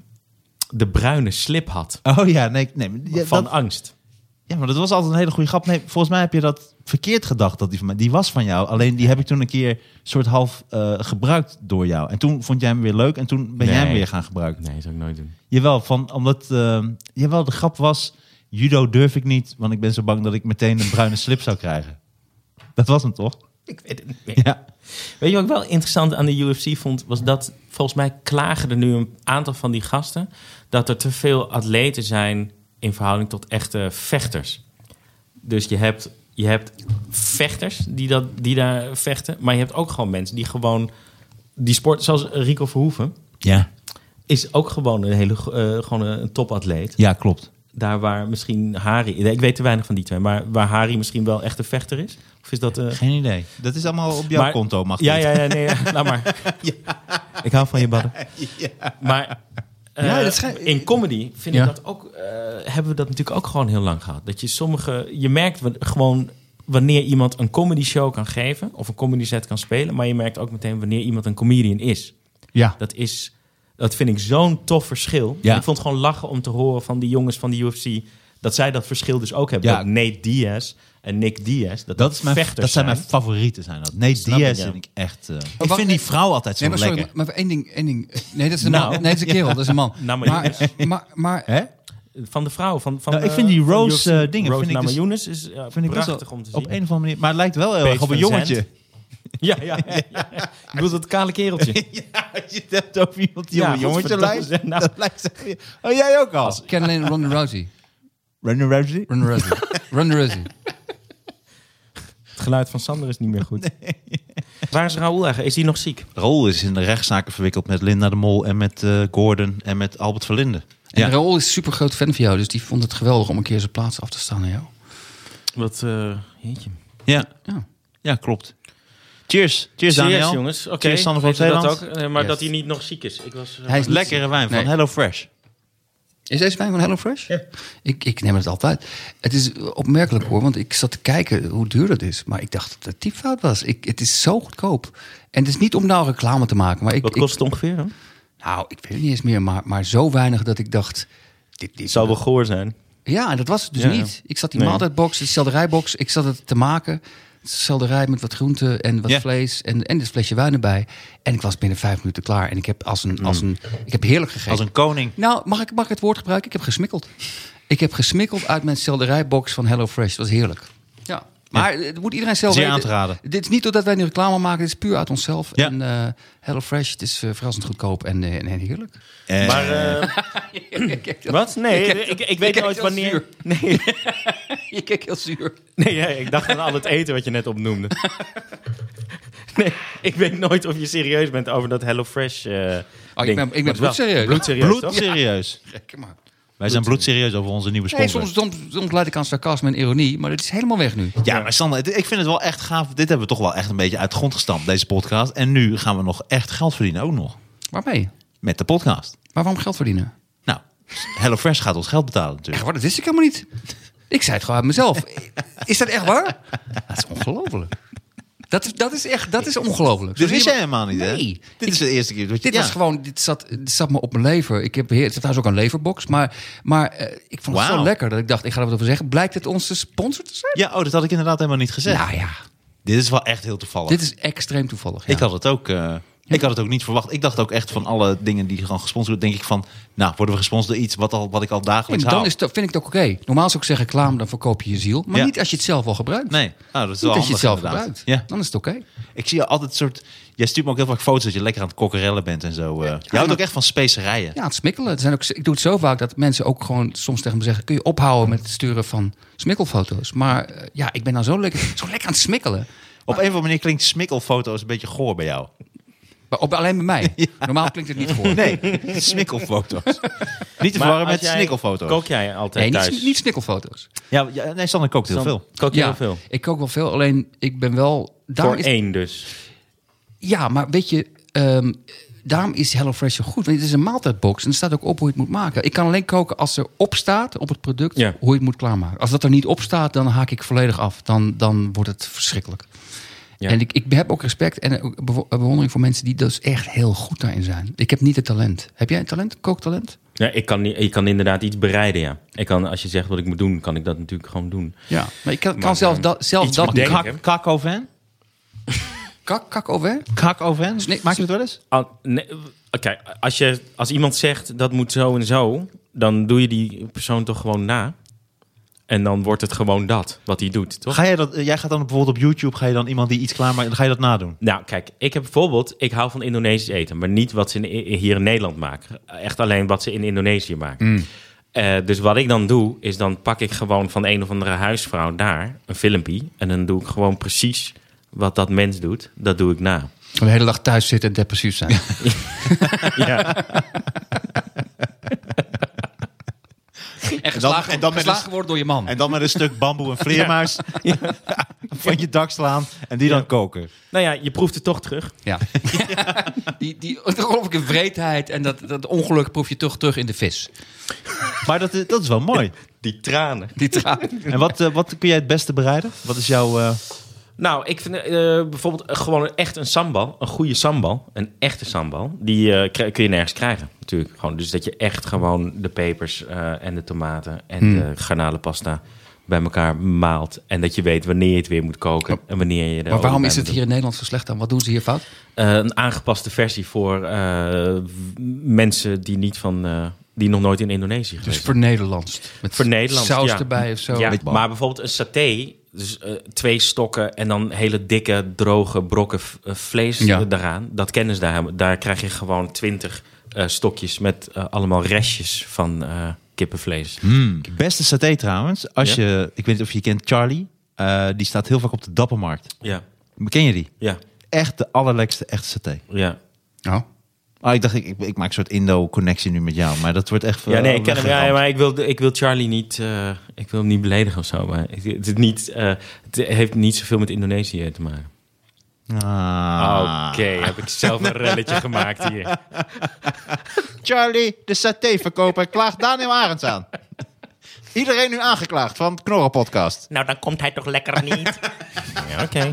de bruine slip had. Oh ja, nee. Van angst. Ja, maar dat was altijd een hele goede grap. Nee, volgens mij heb je dat verkeerd gedacht. Dat die was van jou. Alleen die heb ik toen een keer soort half gebruikt door jou. En toen vond jij hem weer leuk. En toen ben jij hem weer gaan gebruiken. Nee, dat zou ik nooit doen. Jawel, omdat de grap was... Judo durf ik niet, want ik ben zo bang dat ik meteen een bruine slip zou krijgen. Dat was hem toch? Ik weet het niet meer. Ja. Weet je wat ik wel interessant aan de UFC vond? Was dat volgens mij klagen er nu een aantal van die gasten... dat er te veel atleten zijn in verhouding tot echte vechters. Dus je hebt vechters die daar vechten... maar je hebt ook gewoon mensen die gewoon... die sport, zoals Rico Verhoeven... Ja. Is ook gewoon een topatleet. Ja, klopt. Daar waar misschien Harry... Ik weet te weinig van die twee... maar waar Harry misschien wel echt een vechter is? Of is dat... Geen idee. Dat is allemaal op jouw konto, mag laat maar. Ja. Ik hou van je badden. Ja. Maar in comedy vind ik dat ook... hebben we dat natuurlijk ook gewoon heel lang gehad. Dat je merkt gewoon... wanneer iemand een comedy show kan geven... of een comedy set kan spelen... maar je merkt ook meteen wanneer iemand een comedian is. Ja. Dat vind ik zo'n tof verschil. Ja. Ik vond het gewoon lachen om te horen van die jongens van de UFC... dat zij dat verschil dus ook hebben. Ja. Dat Nate Diaz en Nick Diaz... Dat zijn mijn favorieten. Zijn dat. Nate Diaz vind ik echt... ik vind die vrouw altijd zo lekker. Sorry, maar één ding... Nee, dat is een man. Nee, dat is een kerel. Dat is een man. Maar hè? Van de vrouw. Ik vind die Rose dingen... Rose Namajunas is prachtig om te zien. Op een of andere manier. Maar het lijkt wel heel erg op een jongetje. Ja. Je bedoelt dat kale kereltje. Ja, als je het hebt over iemand die jongetje lijkt. Dat lijkt oh, jij ook al? Ik ken alleen Ronda Rousey. Ronda Rousey? Het geluid van Sander is niet meer goed. Nee. Waar is Raoul eigenlijk? Is hij nog ziek? Raoul is in de rechtszaken verwikkeld met Linda de Mol en met Gordon en met Albert Verlinde. En Raoul is een super groot fan van jou, dus die vond het geweldig om een keer zijn plaats af te staan aan jou. Wat, jeetje. Ja, klopt. Cheers Daniel. Jongens. Oké. Cheers Sander van Zeeland. Dat ook, maar dat hij niet nog ziek is. Hij is lekkere wijn van Hello Fresh. Is deze wijn van Hello Fresh? Ja. Ik neem het altijd. Het is opmerkelijk hoor, want ik zat te kijken hoe duur dat is. Maar ik dacht dat het typfout was. Het is zo goedkoop. En het is niet om nou reclame te maken. Maar wat kost het ongeveer dan? Nou, ik weet het niet eens meer. Maar zo weinig dat ik dacht... Dit zou wel goor zijn. Ja, en dat was het dus niet. Ik zat die maaltijdbox, de selderijbox. Ik zat het te maken... selderij met wat groenten en wat vlees en dit flesje wijn erbij. En ik was binnen 5 minuten klaar. En ik heb ik heb heerlijk gegeten. Als een koning. Nou, mag ik het woord gebruiken? Ik heb gesmikkeld. Ik heb gesmikkeld uit mijn selderijbox van HelloFresh. Dat was heerlijk. Ja. Maar het moet iedereen zelf Zeer weten. aan te raden. Dit is niet doordat wij nu reclame maken. Dit is puur uit onszelf. Ja. En HelloFresh, het is verrassend goedkoop en heerlijk. Maar, wat? Nee, ik weet nooit wanneer... Nee. Je kijkt heel zuur. Nee, ik dacht aan al het eten wat je net opnoemde. Nee, ik weet nooit of je serieus bent over dat HelloFresh ding. Ik ben bloedserieus. Bloedserieus, toch? Bloedserieus. Gek, maar. Wij zijn bloedserieus over onze nieuwe Nee, sponsor. soms leid ik aan sarcasme en ironie, maar het is helemaal weg nu. Ja, maar Sander, ik vind het wel echt gaaf. Dit hebben we toch wel echt een beetje uit de grond gestampt, deze podcast. En nu gaan we nog echt geld verdienen, ook nog. Waarmee? Met de podcast. Maar waarom geld verdienen? Nou, HelloFresh gaat ons geld betalen natuurlijk. Echt waar, dat wist ik helemaal niet. Ik zei het gewoon uit mezelf. Is dat echt waar? Dat is ongelooflijk. Dat is ongelooflijk. Dit wist jij helemaal niet, hè? Nee. Dit is de eerste keer. Dit zat me op mijn lever. Het zat trouwens ook een leverbox. Maar ik vond het zo lekker dat ik dacht, ik ga er wat over zeggen. Blijkt het onze sponsor te zijn? Ja, dat had ik inderdaad helemaal niet gezegd. Nou ja. Dit is wel echt heel toevallig. Dit is extreem toevallig. Ja. Ik had het ook... Ik had het ook niet verwacht. Ik dacht ook echt van alle dingen die gewoon gesponsord worden, denk ik van, nou, worden we gesponsord door iets wat ik al dagelijks dan haal. vind ik het ook oké. Normaal zou ik zeggen, reclame, dan verkoop je je ziel. Maar niet als je het zelf al gebruikt. Nee, dat is niet wel als je het zelf inderdaad. gebruikt. Ja. Dan is het oké. Ik zie je altijd een soort... Jij stuurt me ook heel vaak foto's dat je lekker aan het kokkerellen bent en zo. Je houdt ook echt van specerijen. Ja, het smikkelen. Ik doe het zo vaak dat mensen ook gewoon soms tegen me zeggen, kun je ophouden met het sturen van smikkelfoto's. Maar ik ben nou zo lekker aan het smikkelen. Op een of andere manier klinkt smikkelfoto's een beetje goor bij jou. Alleen bij mij. Ja. Normaal klinkt het niet voor. Nee, smikkelfoto's. Niet te verwarren met snikkelfoto's. Kook jij altijd thuis? Niet snikkelfoto's. Nee, Sander kookt heel veel. Kook je heel veel? Ik kook wel veel, alleen ik ben wel... Één dus. Ja, maar weet je... daarom is HelloFresh zo goed. Want het is een maaltijdbox en er staat ook op hoe je het moet maken. Ik kan alleen koken als er op staat op het product hoe je het moet klaarmaken. Als dat er niet op staat, dan haak ik volledig af. Dan wordt het verschrikkelijk. Ja. En ik heb ook respect en bewondering voor mensen die dus echt heel goed daarin zijn. Ik heb niet het talent. Heb jij een talent? Kooktalent? Ja, ik kan inderdaad iets bereiden, ja. Als je zegt wat ik moet doen, kan ik dat natuurlijk gewoon doen. Ja, maar ik kan zelf dat bedenken. Kak-oven? Kak-oven? Kak-oven? Maak je het wel eens? Kijk, als iemand zegt dat moet zo en zo, dan doe je die persoon toch gewoon na. En dan wordt het gewoon wat hij doet, toch? Jij gaat dan bijvoorbeeld op YouTube, ga je dan iemand die iets klaarmaakt, dan ga je dat nadoen? Nou, kijk, ik hou van Indonesisch eten, maar niet wat ze hier in Nederland maken. Echt alleen wat ze in Indonesië maken. Dus wat ik dan doe, is dan pak ik gewoon van een of andere huisvrouw daar een filmpje. En dan doe ik gewoon precies wat dat mens doet. Dat doe ik na. De hele dag thuis zitten en depressief zijn. Ja. En geslagen worden door je man. En dan met een stuk bamboe en vleermuis van je dak slaan en die dan koken. Nou ja, je proeft het toch terug. Ja. Die ongelooflijke wreedheid en dat ongeluk proef je toch terug in de vis. Maar dat is wel mooi. Die tranen. En wat kun jij het beste bereiden? Wat is jouw... Nou, ik vind bijvoorbeeld gewoon echt een sambal. Een goede sambal. Een echte sambal. Die kun je nergens krijgen, natuurlijk. Gewoon, dus dat je echt gewoon de pepers en de tomaten en de garnalenpasta bij elkaar maalt. En dat je weet wanneer je het weer moet koken. En wanneer je maar waarom is het hier in Nederland zo slecht dan? Wat doen ze hier fout? Een aangepaste versie voor mensen die nog nooit in Indonesië geweest zijn. Dus vernederlandst. Met saus erbij of zo. Ja, maar bijvoorbeeld een saté... Dus 2 stokken en dan hele dikke, droge brokken vlees daaraan. Dat kennen ze daar. Daar krijg je gewoon 20 stokjes met allemaal restjes van kippenvlees. Beste saté trouwens. Ik weet niet of je kent Charlie. Die staat heel vaak op de Dappermarkt. Ja. Ken je die? Ja. Echt de allerlekste echte saté. Ja. Oh. Ik dacht, ik maak een soort Indo-connectie nu met jou. Maar dat wordt echt... Ja, nee, ik ken hem. Ja, maar ik wil Charlie niet... ik wil hem niet beledigen of zo. Maar het heeft niet zoveel met Indonesië te maken. Oké, heb ik zelf een relletje gemaakt hier. Charlie, de satéverkoper, klaagt Daniel Arends aan. Iedereen nu aangeklaagd van het Knorren Podcast. Nou, dan komt hij toch lekker niet? Ja, oké.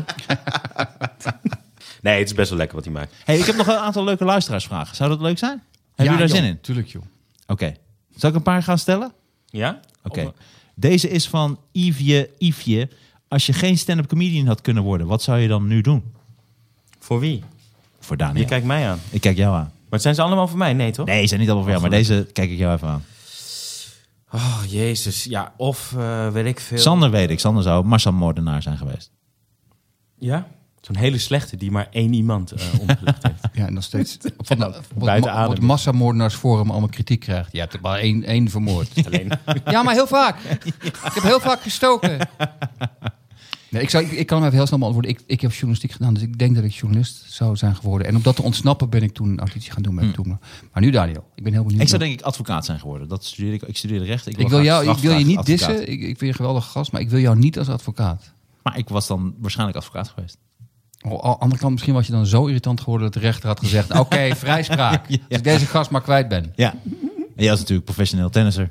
Nee, het is best wel lekker wat hij maakt. Hey, ik heb nog een aantal leuke luisteraarsvragen. Zou dat leuk zijn? Hebben jullie daar zin in? Tuurlijk, joh. Oké. Zal ik een paar gaan stellen? Ja? Oké. Deze is van Yvje. Als je geen stand-up comedian had kunnen worden, wat zou je dan nu doen? Voor wie? Voor Daniel. Je kijkt mij aan. Ik kijk jou aan. Maar zijn ze allemaal voor mij? Nee, toch? Nee, ze zijn niet allemaal voor jou, maar deze kijk ik jou even aan. Oh, jezus. Ja, of weet ik veel. Sander weet ik. Sander zou massamoordenaar zijn geweest. Ja? Zo'n hele slechte die maar 1 iemand omgelegd heeft. Ja, en nog steeds Buiten adem. het massamoordenaarsforum allemaal kritiek krijgt. Je hebt er maar één vermoord. Alleen. Ja, maar heel vaak. Ik heb heel vaak gestoken. Nee, ik kan hem even heel snel beantwoorden. Ik heb journalistiek gedaan, dus ik denk dat ik journalist zou zijn geworden. En om dat te ontsnappen ben ik toen een auditie gaan doen met Toemler. Maar nu, Daniel, ik ben heel benieuwd. Ik zou denk ik advocaat zijn geworden. Dat studeerde ik studeerde recht. Ik wil je niet dissen. Ik vind je een geweldige gast, maar ik wil jou niet als advocaat. Maar ik was dan waarschijnlijk advocaat geweest. Aan de andere kant, misschien was je dan zo irritant geworden dat de rechter had gezegd: oké, vrijspraak. Ja. Als ik deze gast maar kwijt ben. Ja. En jij was natuurlijk professioneel tennisser.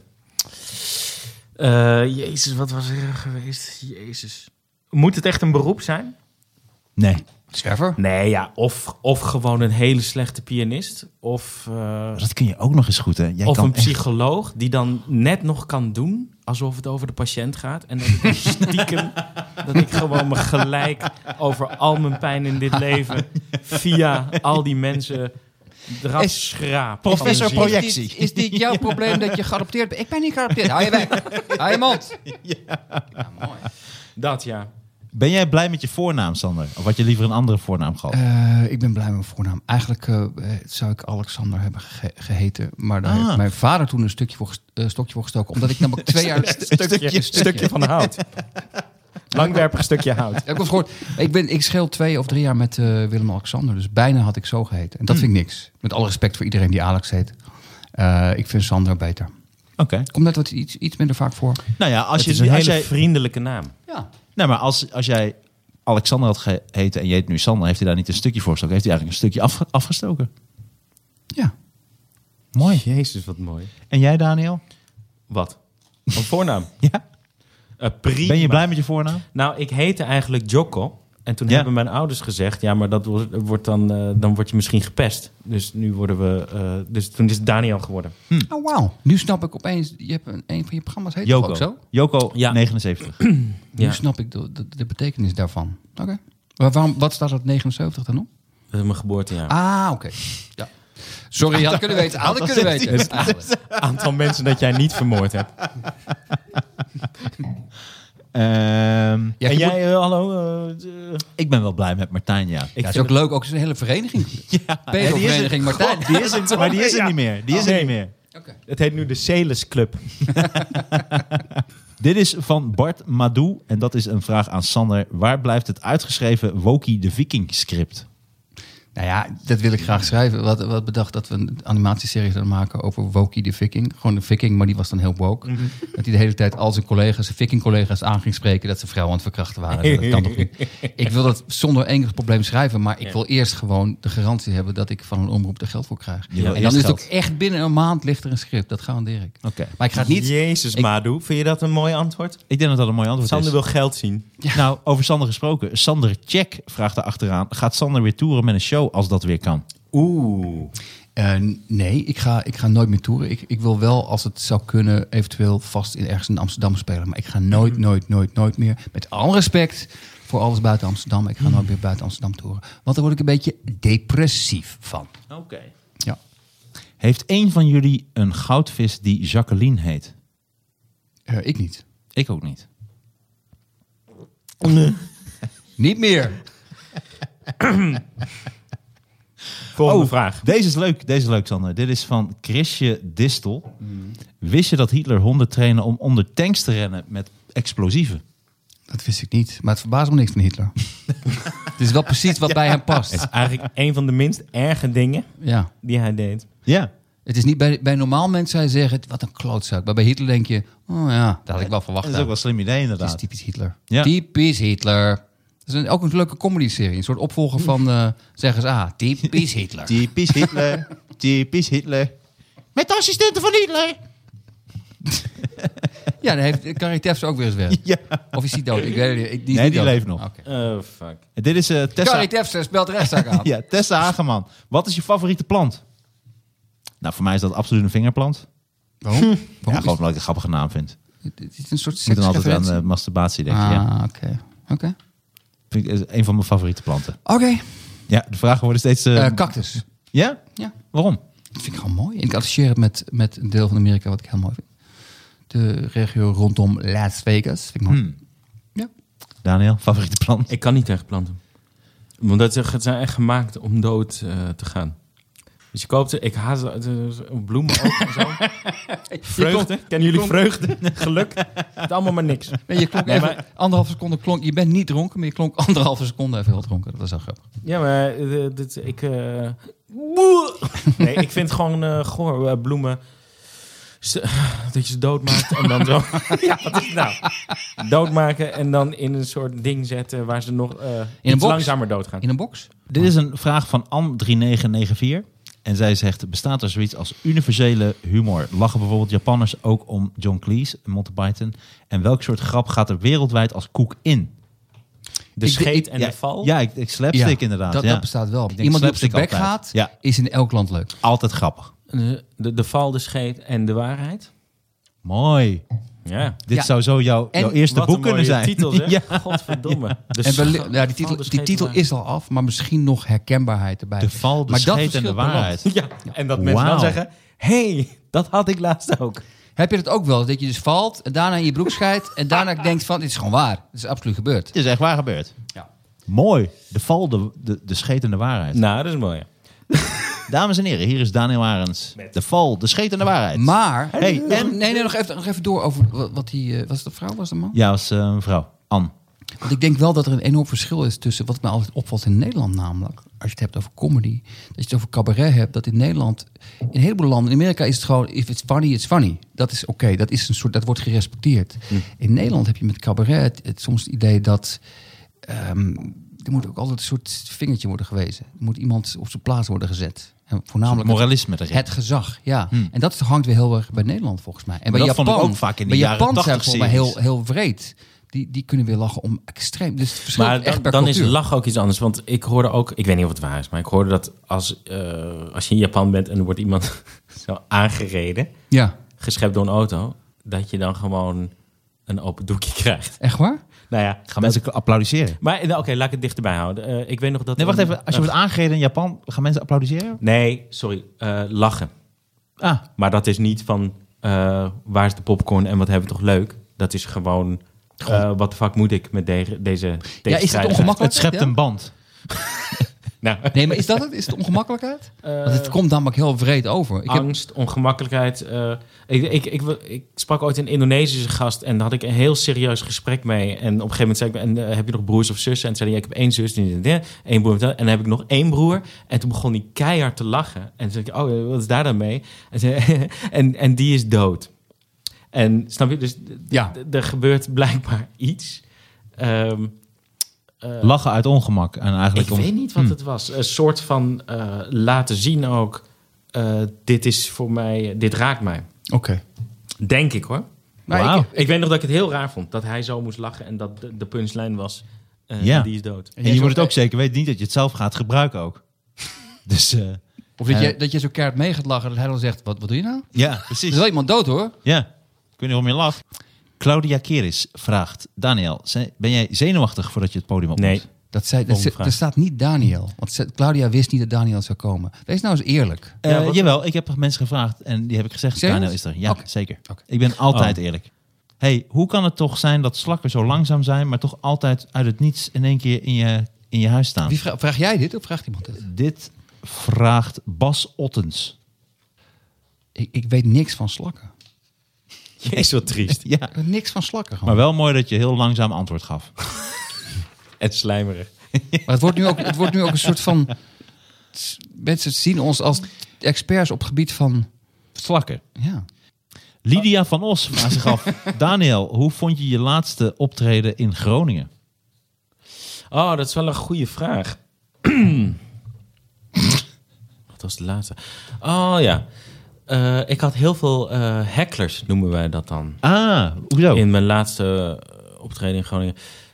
Jezus, wat was er geweest? Jezus. Moet het echt een beroep zijn? Nee. Scherver? Nee, ja. Of gewoon een hele slechte pianist. Of Dat kun je ook nog eens goed, hè? Jij of kan een echt- psycholoog die dan net nog kan doen alsof het over de patiënt gaat. En dat ik stiekem, dat ik gewoon me gelijk over al mijn pijn in dit leven via al die mensen eraf schraap. Professor Van de ziel. Projectie. Is dit jouw probleem dat je geadopteerd bent? Ik ben niet geadopteerd. Hou je weg. Hou je mond. Ja, mooi. Dat, ja. Ben jij blij met je voornaam, Sander? Of had je liever een andere voornaam gehad? Ik ben blij met mijn voornaam. Eigenlijk zou ik Alexander hebben geheten. Maar daar Ah. heeft mijn vader toen een stokje voor gestoken. Omdat ik namelijk 2 jaar... Stukje van hout. Langwerpig stukje hout. Ja, ik heb gehoord. Ik scheel 2 of 3 jaar met Willem-Alexander. Dus bijna had ik zo geheten. En dat vind ik niks. Met alle respect voor iedereen die Alex heet. Ik vind Sander beter. Oké. Komt net wat iets minder vaak voor. Nou ja, als Het is je een als hele jij, vriendelijke naam. Ja. nou, maar als jij Alexander had geheten en je heet nu Sander, heeft hij daar niet een stukje voor gestoken? Heeft hij eigenlijk een stukje afgestoken? Ja. Mooi. Jezus, wat mooi. En jij, Daniel? Wat? Van voornaam? Ja. Prima. Ben je blij met je voornaam? Nou, ik heette eigenlijk Jocko. En toen Ja. hebben mijn ouders gezegd... ja, maar dat wordt dan word je misschien gepest. Dus nu worden we... dus toen is het Daniel geworden. Oh, wauw. Nu snap ik opeens... Je hebt een van je programma's heet toch ook zo? Joko, Ja. 79. Nu Ja. snap ik de betekenis daarvan. Oké. Maar wat staat dat 79 dan op? Dat is mijn geboortejaar. Ah, oké. Ja. Sorry, had ik kunnen weten. Had ik kunnen weten. Aantal mensen dat jij niet vermoord hebt. Ja, En je moet- jij, hallo? Ik ben wel blij met Martijn, ja. Ja, het is ook leuk. Ook zo'n hele vereniging. Pedo-vereniging Martijn. Die is er, maar die is er niet meer. Die is er Nee. niet meer. Het heet nu de Celes Club. Dit is van Bart Madou. En dat is een vraag aan Sander. Waar blijft het uitgeschreven Woki de Viking script? Nou ja, dat wil ik graag schrijven. Wat bedacht dat we een animatieserie zouden maken over Woki de Viking. Gewoon de Viking, maar die was dan heel woke. Dat hij de hele tijd al zijn collega's, zijn Viking-collega's aan ging spreken dat ze vrouwen aan het verkrachten waren. Dat kan toch niet? Ik wil dat zonder enig probleem schrijven, maar ik wil eerst gewoon de garantie hebben dat ik van een omroep er geld voor krijg. wil En dan eerst is het ook geld. echt binnen een maand ligt er een script. Dat garandeer ik. Oké. Maar ik ga het niet... Jezus, Madu. Vind je dat een mooi antwoord? Ik denk dat dat een mooi antwoord Sander is. wil geld zien. Nou, over Sander gesproken. Sander Check vraagt er achteraan. Gaat Sander weer toeren met een show als dat weer kan? Oeh. Nee, ik ga nooit meer toeren. Ik wil wel, als het zou kunnen, eventueel vast ergens in Amsterdam spelen. Maar ik ga nooit meer, met alle respect voor alles buiten Amsterdam, ik ga nooit meer buiten Amsterdam toeren. Want daar word ik een beetje depressief van. Oké. Ja. Heeft een van jullie een goudvis die Jacqueline heet? Ik niet. Ik ook niet. Niet meer. Volgende vraag. Deze is leuk, Sander. Dit is van Chrisje Distel. Wist je dat Hitler honden trainen om onder tanks te rennen met explosieven? Dat wist ik niet. Maar het verbaast me niks van Hitler. Het is wel precies wat bij hem past. Het is eigenlijk een van de minst erge dingen Ja. die hij deed. Ja. Het is niet bij normaal mensen zou je zeggen, wat een klootzak. Maar bij Hitler denk je, oh ja, dat had ik wel verwacht. Dat is ook wel een slim idee, Het inderdaad. is typisch Hitler. Ja. Typisch Hitler. Dat is ook een leuke comedy-serie. Een soort opvolger van zeggen ze, typisch Hitler. Typisch Hitler. Typisch Hitler. Met de assistenten van Hitler. Ja, dan heeft Carrie Tefs ook weer eens weg. Ja. Of is hij dood? Ik weet het niet. Die is Nee, niet die dood. leeft nog. Oké. Fuck. Dit is Tessa. Carrie Tefs speelt rechtszaak aan. Ja, Tessa Hageman. Wat is je favoriete plant? Nou, voor mij is dat absoluut een vingerplant. Waarom? Ja, Waarom gewoon is omdat ik een grappige naam vind. het is een soort Ik moet dan altijd seksreferentie? aan masturbatie denken. Ja. Oké. Oké. Vind ik een van mijn favoriete planten. Oké. Ja, de vragen worden steeds... Cactus. Ja? Ja. Waarom? Dat vind ik gewoon mooi. En ik associeer het met een deel van Amerika wat ik heel mooi vind. De regio rondom Las Vegas. Vind ik mooi. Ja. Daniel, favoriete plant? Ik kan niet tegen planten. Want het zijn echt gemaakt om dood te gaan. Dus je koopt ze, ik haat bloemen ook en zo. Vreugde, kennen jullie vreugde? Geluk, het allemaal maar niks. Nee, je klonk even, 1,5 seconde klonk. Je bent niet dronken, maar je klonk 1,5 seconde even heel dronken. Dat was wel grappig. Ja, maar nee, ik vind gewoon goor, bloemen. Dat je ze doodmaakt en dan zo. Ja, wat is het nou? Doodmaken en dan in een soort ding zetten waar ze nog iets langzamer doodgaan. In een box? Dit is een vraag van Anne3994. En zij zegt, bestaat er zoiets als universele humor? Lachen bijvoorbeeld Japanners ook om John Cleese, Monty Python? En welk soort grap gaat er wereldwijd als koek in? De scheet en de val? Ja, ik slapstick inderdaad. Dat bestaat wel. Iemand die op zijn bek gaat, is in elk land leuk. Altijd grappig. De val, de scheet en de waarheid. Mooi. Ja. Dit zou zo jouw eerste boek kunnen zijn. Titel, zeg. Ja. Godverdomme. Die titel is al af, maar misschien nog herkenbaarheid erbij. De val, de scheet en de waarheid. Ja. En dat mensen dan zeggen, hey, dat had ik laatst ook. Heb je dat ook wel? Dat je dus valt en daarna in je broek scheidt en daarna denkt van, dit is gewoon waar. Het is absoluut gebeurd. Het is echt waar gebeurd. Ja. Mooi. De val, de scheet en de waarheid. Nou, dat is mooi. Dames en heren, hier is Daniel Arends. De val, de scheet en de waarheid. Maar, nog even door over wat die... was het een vrouw, was het een man? Ja, was een vrouw. Anne. Want ik denk wel dat er een enorm verschil is tussen wat me altijd opvalt in Nederland namelijk. Als je het hebt over comedy, dat je het over cabaret hebt. Dat in Nederland, in een heleboel landen, in Amerika is het gewoon, if it's funny, it's funny. Dat is oké, dat is een soort, dat wordt gerespecteerd. In Nederland heb je met cabaret soms het idee dat... er moet ook altijd een soort vingertje worden gewezen. Er moet iemand op zijn plaats worden gezet. En voornamelijk moralisme erin. Het gezag, ja. En dat hangt weer heel erg bij Nederland volgens mij. En bij dat Japan, vond ik ook vaak in de jaren 80 zijn volgens mij heel wreed. Die kunnen weer lachen om extreem. Dus het verschilt echt per dan cultuur. is lach ook iets anders. Want ik hoorde ook, ik weet niet of het waar is, maar ik hoorde dat als je in Japan bent en er wordt iemand zo aangereden, geschept door een auto, dat je dan gewoon een open doekje krijgt. Echt waar? Nou ja, gaan mensen applaudisseren? Maar oké, laat ik het dichterbij houden. Ik weet nog dat. Nee, wacht even. Als je wordt aangereden in Japan, gaan mensen applaudisseren? Nee, sorry. Lachen. Ah. Maar dat is niet van waar is de popcorn en wat hebben we toch leuk. Dat is gewoon wat de fuck moet ik met deze Ja, is het ongemakkelijk? Het schept een band. Nou. Nee, maar is dat het? Is het ongemakkelijkheid? Want het komt namelijk heel wreed over. Angst, ongemakkelijkheid. Ik sprak ooit een Indonesische gast en daar had ik een heel serieus gesprek mee. En op een gegeven moment zei ik, heb je nog broers of zussen? En zei hij, ik heb 1 zus, één broer. En dan heb ik nog 1 broer. En toen begon hij keihard te lachen. En toen zei ik, oh, wat is daar dan mee? En die is dood. En snap je? Dus er gebeurt blijkbaar iets. Lachen uit ongemak. En eigenlijk ik weet niet wat het was. Een soort van laten zien ook. Dit is voor mij, dit raakt mij. Oké. Denk ik hoor. Wow. Ik weet nog dat ik het heel raar vond. Dat hij zo moest lachen en dat de punchline was. Die is dood. En je moet het ook zeker weten. Niet dat je het zelf gaat gebruiken ook. Dus... Of dat je zo keihard mee gaat lachen dat hij dan zegt, wat doe je nou? Ja, precies. Er is wel iemand dood hoor. Ja, ik weet niet waarom je lacht. Claudia Keris vraagt, Daniel, ben jij zenuwachtig voordat je het podium op moet? Nee. Er staat niet Daniel. Want Claudia wist niet dat Daniel zou komen. Wees nou eens eerlijk. Jawel, ik heb mensen gevraagd en die heb ik gezegd, Serieus? Daniel is er. Ja, zeker. Okay. Ik ben altijd eerlijk. Hey, hoe kan het toch zijn dat slakken zo langzaam zijn, maar toch altijd uit het niets in één keer in je huis staan? Vraag jij dit of vraagt iemand dit? Dit vraagt Bas Ottens. Ik weet niks van slakken. Jezus, wat triest. Ja. Ik weet niks van slakken gewoon. Maar wel mooi dat je heel langzaam antwoord gaf. En slijmerig. Maar het wordt nu ook een soort van... Mensen zien ons als experts op het gebied van... Slakken. Ja. Lydia van Os vraagt zich af. Daniel, hoe vond je je laatste optreden in Groningen? Oh, dat is wel een goede vraag. Wat was de laatste? Oh ja. Ik had heel veel hecklers, noemen wij dat dan. Ah, hoezo? In mijn laatste optreden in Groningen.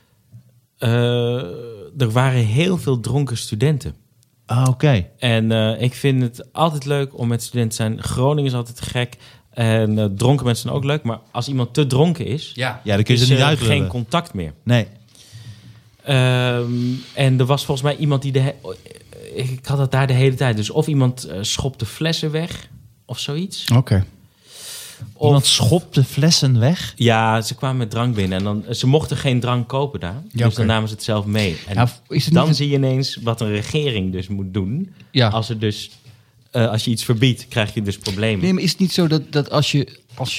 Er waren heel veel dronken studenten. Ah, oké. En ik vind het altijd leuk om met studenten te zijn. Groningen is altijd gek. En dronken mensen zijn ook leuk. Maar als iemand te dronken is... Ja, dan kun je ze niet uitlullen. Geen contact meer. Nee. En er was volgens mij iemand die... Ik had het daar de hele tijd. Dus of iemand schopte flessen weg of zoiets. Oké. Iemand schopte flessen weg? Ja, ze kwamen met drank binnen. En dan, ze mochten geen drank kopen daar. Ja, dus dan namen ze het zelf mee. En Ja, is het dan niet zie je ineens wat een regering dus moet doen. Ja. Als je iets verbiedt, krijg je dus problemen. Nee, maar is het niet zo dat als je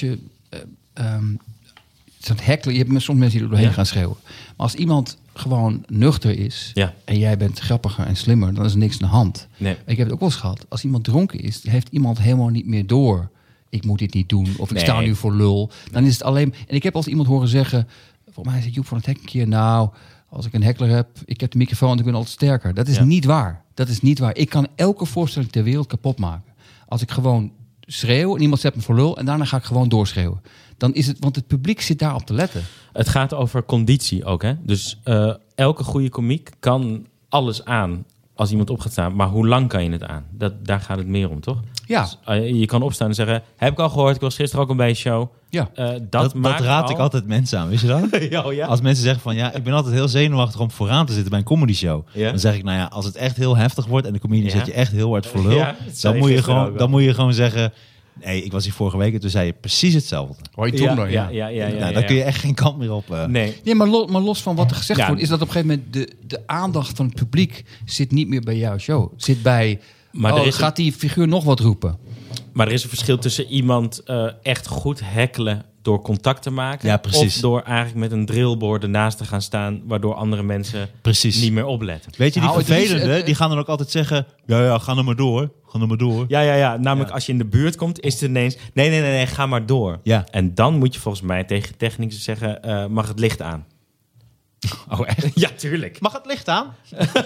zo'n heckelen, je hebt soms mensen die er doorheen gaan schreeuwen. Maar als iemand gewoon nuchter is en jij bent grappiger en slimmer, dan is er niks aan de hand. Nee. Ik heb het ook wel eens gehad. Als iemand dronken is, heeft iemand helemaal niet meer door. Ik moet dit niet doen of ik sta nu voor lul. Dan is het alleen. En ik heb als iemand horen zeggen, volgens mij zei Joep van het Hek een keer, nou, als ik een heckler heb, ik heb de microfoon en ik ben altijd sterker. Dat is niet waar. Dat is niet waar. Ik kan elke voorstelling ter wereld kapot maken. Als ik gewoon schreeuw en iemand zet me voor lul en daarna ga ik gewoon doorschreeuwen. Dan is het, want het publiek zit daarop te letten. Het gaat over conditie ook, hè? Dus elke goede komiek kan alles aan als iemand op gaat staan. Maar hoe lang kan je het aan? Daar gaat het meer om, toch? Ja. Dus, je kan opstaan en zeggen, heb ik al gehoord, ik was gisteren ook al bij een show. Ja. Dat raad ik altijd mensen aan, weet je dat? Ja. Als mensen zeggen van, ik ben altijd heel zenuwachtig om vooraan te zitten bij een comedy show. Ja. Dan zeg ik, nou ja, als het echt heel heftig wordt en de comedian zet je echt heel hard voor lul, dat dan moet je gewoon zeggen, nee, ik was hier vorige week en toen zei je precies hetzelfde. Hoor je toch nog? Ja, dan kun je echt geen kant meer op. Nee. Nee, maar los van wat er gezegd wordt, is dat op een gegeven moment de aandacht van het publiek zit niet meer bij jouw show. Zit bij, gaat die figuur nog wat roepen? Maar er is een verschil tussen iemand echt goed heckelen door contact te maken. Ja, precies. Of door eigenlijk met een drillboard ernaast te gaan staan, waardoor andere mensen niet meer opletten. Weet je, die vervelende, die gaan dan ook altijd zeggen, ja, ga er maar door. Ga er maar door. Ja. Namelijk als je in de buurt komt, is het ineens, nee, ga maar door. Ja. En dan moet je volgens mij tegen technicus zeggen, mag het licht aan? Oh, echt? Ja, tuurlijk. Mag het licht aan?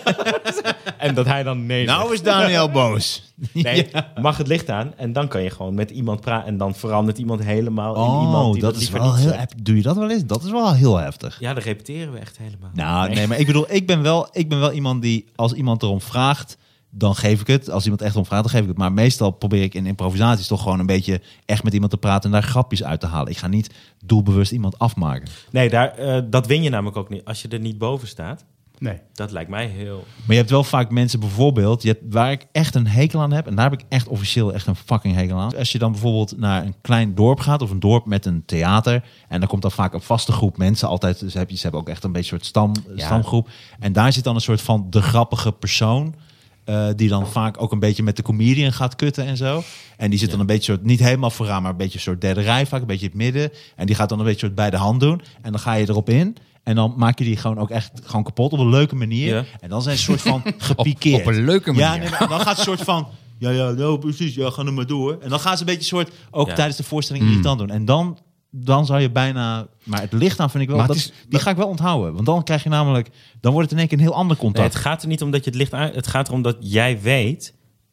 En dat hij dan nee. Nou is Daniel boos. Nee, mag het licht aan? En dan kan je gewoon met iemand praten. En dan verandert iemand helemaal in iemand die dat is wel heel. Doe je dat wel eens? Dat is wel heel heftig. Ja, dat repeteren we echt helemaal. Nou, nee, maar ik bedoel, ik ben wel iemand die, als iemand erom vraagt, dan geef ik het. Als iemand echt om vraagt, dan geef ik het. Maar meestal probeer ik in improvisaties toch gewoon een beetje echt met iemand te praten en daar grapjes uit te halen. Ik ga niet doelbewust iemand afmaken. Nee, dat win je namelijk ook niet. Als je er niet boven staat. Nee. Dat lijkt mij heel... Maar je hebt wel vaak mensen bijvoorbeeld, waar ik echt een hekel aan heb, en daar heb ik echt officieel echt een fucking hekel aan. Als je dan bijvoorbeeld naar een klein dorp gaat, of een dorp met een theater, en dan komt dan vaak een vaste groep mensen altijd. Dus ze hebben ook echt een beetje een soort stamgroep. En daar zit dan een soort van de grappige persoon, die dan vaak ook een beetje met de comedian gaat kutten en zo. En die zit dan een beetje soort, niet helemaal vooraan, maar een beetje een soort derde rij, vaak een beetje in het midden. En die gaat dan een beetje soort bij de hand doen. En dan ga je erop in. En dan maak je die gewoon ook echt gewoon kapot op een leuke manier. Ja. En dan zijn ze een soort van gepikeerd. Op een leuke manier. Ja, nee, dan gaat het een soort van, ja, precies, ja, ga er maar door. En dan gaan ze een beetje soort, ook tijdens de voorstelling irritant doen. En dan zou je bijna... Maar het licht aan vind ik wel... Die ga ik wel onthouden. Want dan krijg je namelijk... Dan wordt het in één keer een heel ander contact. Nee, het gaat er niet om dat je het licht aan... Het gaat erom dat jij weet...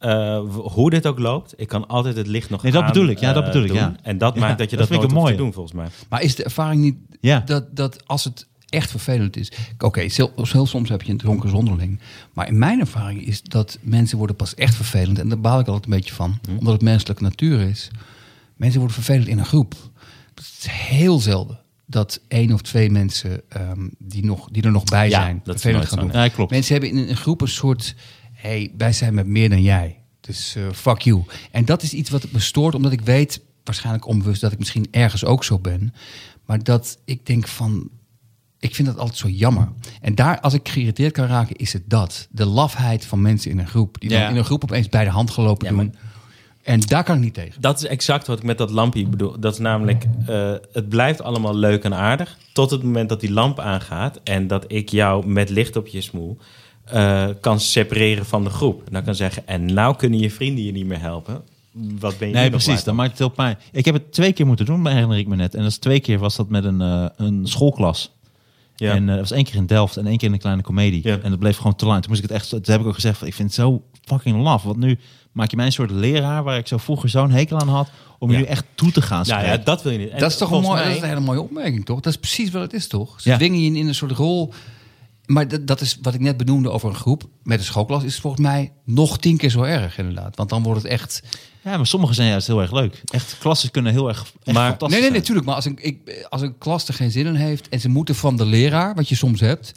hoe dit ook loopt. Ik kan altijd het licht nog aan. Dat bedoel ik. Ja, dat bedoel ik. Ja. En dat maakt dat je dat nooit hoeft te doen, volgens mij. Maar is de ervaring niet... Dat als het echt vervelend is... Oké, heel soms heb je een dronken zonderling. Maar in mijn ervaring is dat mensen worden pas echt vervelend. En daar baal ik altijd een beetje van. Omdat het menselijke natuur is. Mensen worden vervelend in een groep. Het is heel zelden dat 1 of 2 mensen die er nog bij zijn, dat vervelend gaan doen. Ja, klopt. Mensen hebben in een groep een soort... Hey, wij zijn met meer dan jij. Dus fuck you. En dat is iets wat me stoort, omdat ik weet, waarschijnlijk onbewust, dat ik misschien ergens ook zo ben. Maar dat ik denk van... Ik vind dat altijd zo jammer. En daar, als ik geïrriteerd kan raken, is het dat. De lafheid van mensen in een groep. Die dan in een groep opeens bij de hand gelopen doen. En daar kan ik niet tegen. Dat is exact wat ik met dat lampje bedoel. Dat is namelijk, het blijft allemaal leuk en aardig. Tot het moment dat die lamp aangaat. En dat ik jou met licht op je smoel kan separeren van de groep. En dan kan zeggen, en nou kunnen je vrienden je niet meer helpen. Wat ben je nee, precies. Dat maakt het heel pijn. Ik heb het 2 keer moeten doen, herinner ik me net. En dat is 2 keer was dat met een schoolklas. Ja. En dat was 1 keer in Delft en 1 keer in een kleine komedie. Ja. En dat bleef gewoon te lang. Toen moest ik het echt. Toen heb ik ook gezegd, ik vind het zo fucking laf. Want nu maak je mij een soort leraar waar ik zo vroeger zo'n hekel aan had, om je nu echt toe te gaan spreken. Ja, dat wil je niet. En dat is toch dat is een hele mooie opmerking, toch? Dat is precies wat het is, toch? Ze dwingen je in een soort rol. Maar dat is wat ik net benoemde over een groep. Met een schoolklas is het volgens mij nog 10 keer zo erg, inderdaad. Want dan wordt het echt... Ja, maar sommige zijn juist heel erg leuk. Echt, klassen kunnen heel erg fantastisch zijn. Nee, natuurlijk. Maar als een klas er geen zin in heeft en ze moeten van de leraar, wat je soms hebt,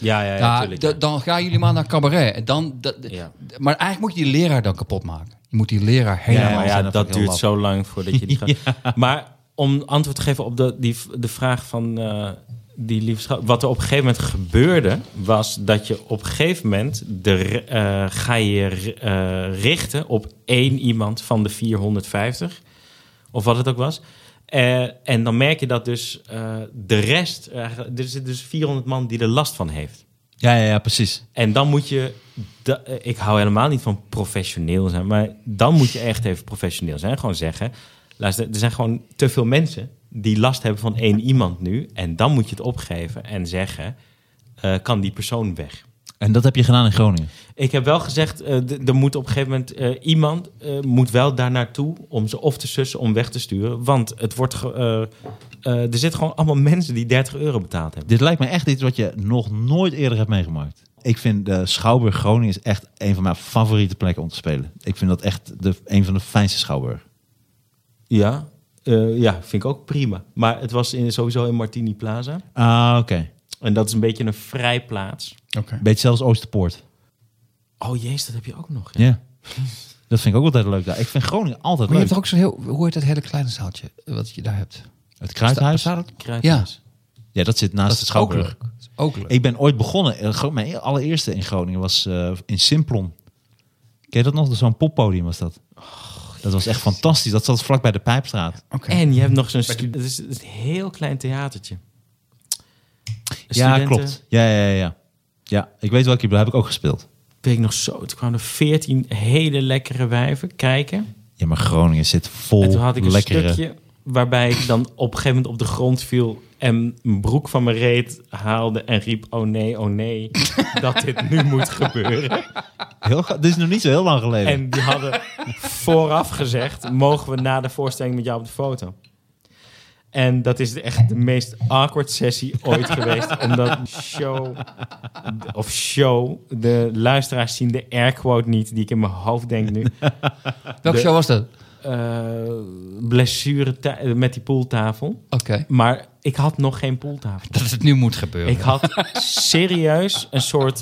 dan gaan jullie maar naar cabaret. En maar eigenlijk moet je die leraar dan kapot maken. Je moet die leraar helemaal... dat duurt zo lang voordat je... Maar om antwoord te geven op de vraag van die lieve schat. Wat er op een gegeven moment gebeurde, was dat je op een gegeven moment ga je richten op 1 iemand van de 450. Of wat het ook was. En dan merk je dat dus de rest... er zitten dus 400 man die er last van heeft. Ja, precies. En dan moet je... ik hou helemaal niet van professioneel zijn. Maar dan moet je echt even professioneel zijn. Gewoon zeggen... Luister, er zijn gewoon te veel mensen die last hebben van 1 iemand nu. En dan moet je het opgeven en zeggen... kan die persoon weg? En dat heb je gedaan in Groningen? Ik heb wel gezegd, er moet op een gegeven moment iemand moet wel daar naartoe om ze of te sussen om weg te sturen. Want het wordt er zitten gewoon allemaal mensen die €30 betaald hebben. Dit lijkt me echt iets wat je nog nooit eerder hebt meegemaakt. Ik vind de Schouwburg Groningen is echt een van mijn favoriete plekken om te spelen. Ik vind dat echt een van de fijnste Schouwburg. Ja, vind ik ook prima. Maar het was sowieso in Martini Plaza. Ah, oké. En dat is een beetje een vrijplaats. Okay. Beetje zelfs Oosterpoort. Oh jezus, dat heb je ook nog. Ja. Dat vind ik ook altijd leuk daar. Ik vind Groningen altijd Maar je leuk. hebt toch ook zo'n hoe heet dat hele kleine zaaltje wat je daar hebt? Het Kruidhuis? Bestaat dat? Kruidhuis. Ja, dat zit naast Dat de is ook Schouwburg. leuk. Ook leuk. Ik ben ooit begonnen. Mijn allereerste in Groningen was in Simplon. Ken je dat nog? Zo'n poppodium was dat. Dat was echt fantastisch. Dat zat vlak bij de Pijpstraat. Okay. En je hebt nog zo'n... Het is een heel klein theatertje. Ja, Studenten, klopt. Ja. Ja, ik weet welke heb ik ook gespeeld. weet ik nog zo. Toen kwamen er 14 hele lekkere wijven kijken. Ja, maar Groningen zit vol En toen had ik een lekkere... stukje waarbij ik dan op een gegeven moment op de grond viel en mijn broek van mijn reet haalde en riep, oh nee, dat dit nu moet gebeuren. Dit is nog niet zo heel lang geleden. En die hadden vooraf gezegd, mogen we na de voorstelling met jou op de foto? En dat is echt de meest awkward sessie ooit geweest. Omdat show, de luisteraars zien de airquote niet die ik in mijn hoofd denk nu. Welke show was dat? Blessure met die pooltafel. Oké. Maar ik had nog geen pooltafel. Dat het nu moet gebeuren. Ik had serieus een soort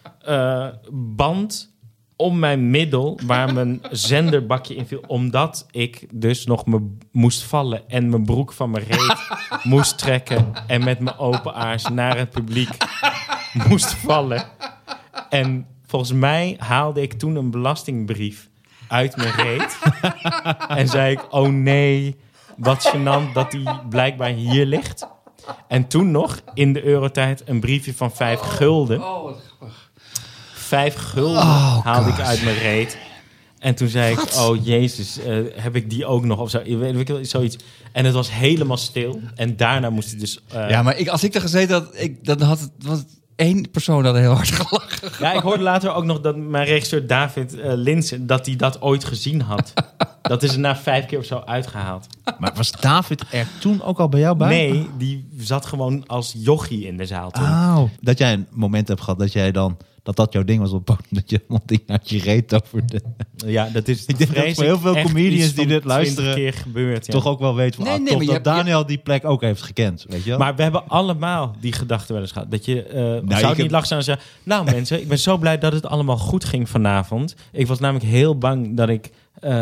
band om mijn middel waar mijn zenderbakje in viel. Omdat ik dus nog moest vallen en mijn broek van mijn reet moest trekken en met mijn open aars naar het publiek moest vallen. En volgens mij haalde ik toen een belastingbrief uit mijn reet. En zei ik, oh nee, wat gênant dat die blijkbaar hier ligt. En toen nog in de eurotijd een briefje van 5 gulden. Oh, wat grappig. 5 gulden haalde ik uit mijn reet. En toen zei ik, oh jezus, heb ik die ook nog? Of zo, zoiets. En het was helemaal stil. En daarna moest hij dus... Ja, maar als ik er gezeten had, dan had het... Was 1 persoon had heel hard gelachen. Ja, ik hoorde later ook nog dat mijn regisseur David Linsen, dat hij dat ooit gezien had. Dat is er na 5 keer of zo uitgehaald. Maar was David er toen ook al bij jou bij? Nee, die zat gewoon als jochie in de zaal toen. Oh, dat jij een moment hebt gehad dat jij dan... dat jouw ding was op het podium, dat je een ding uit je reet over Ja, dat is Ik denk dat voor heel veel comedians die dit luisteren 20 keer gebeurd, ja. toch ook wel weten van, Nee, maar dat Daniel die plek ook heeft gekend, weet je wel? Maar we hebben allemaal die gedachten wel eens gehad. Dat je je zou niet kunt- lachen en zeggen... Nou mensen, ik ben zo blij dat het allemaal goed ging vanavond. Ik was namelijk heel bang dat ik...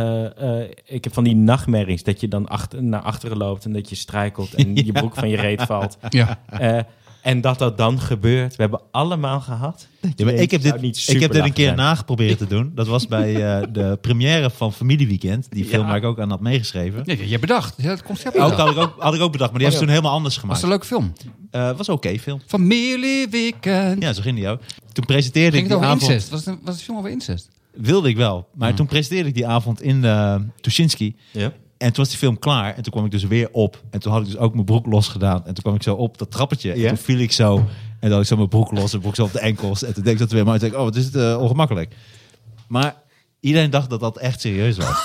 ik heb van die nachtmerries dat je dan naar achteren loopt en dat je struikelt en je broek van je reet valt. Ja. En dat dan gebeurt. We hebben allemaal gehad. Ja, maar ik heb dit een keer na. nageprobeerd te doen. Dat was bij de première van Familieweekend. Die film waar ik ook aan had meegeschreven. Ja, je bedacht. Ja, het concept Ook had ik ook bedacht, maar die hebben ze toen helemaal anders was gemaakt. een leuke film. Was oké film. Familieweekend. Ja, zo ging die ook. Toen presenteerde Ging ik het die over avond... incest? Was het film over incest? Wilde ik wel. Maar toen presenteerde ik die avond in Tuschinski. Ja. En toen was die film klaar. En toen kwam ik dus weer op. En toen had ik dus ook mijn broek los gedaan. En toen kwam ik zo op dat trappetje. Ja. En toen viel ik zo. En toen had ik zo mijn broek los. En broek zo op de enkels. En toen deed ik dat weer. Maar toen dacht ik, wat is het ongemakkelijk. Maar iedereen dacht dat dat echt serieus was.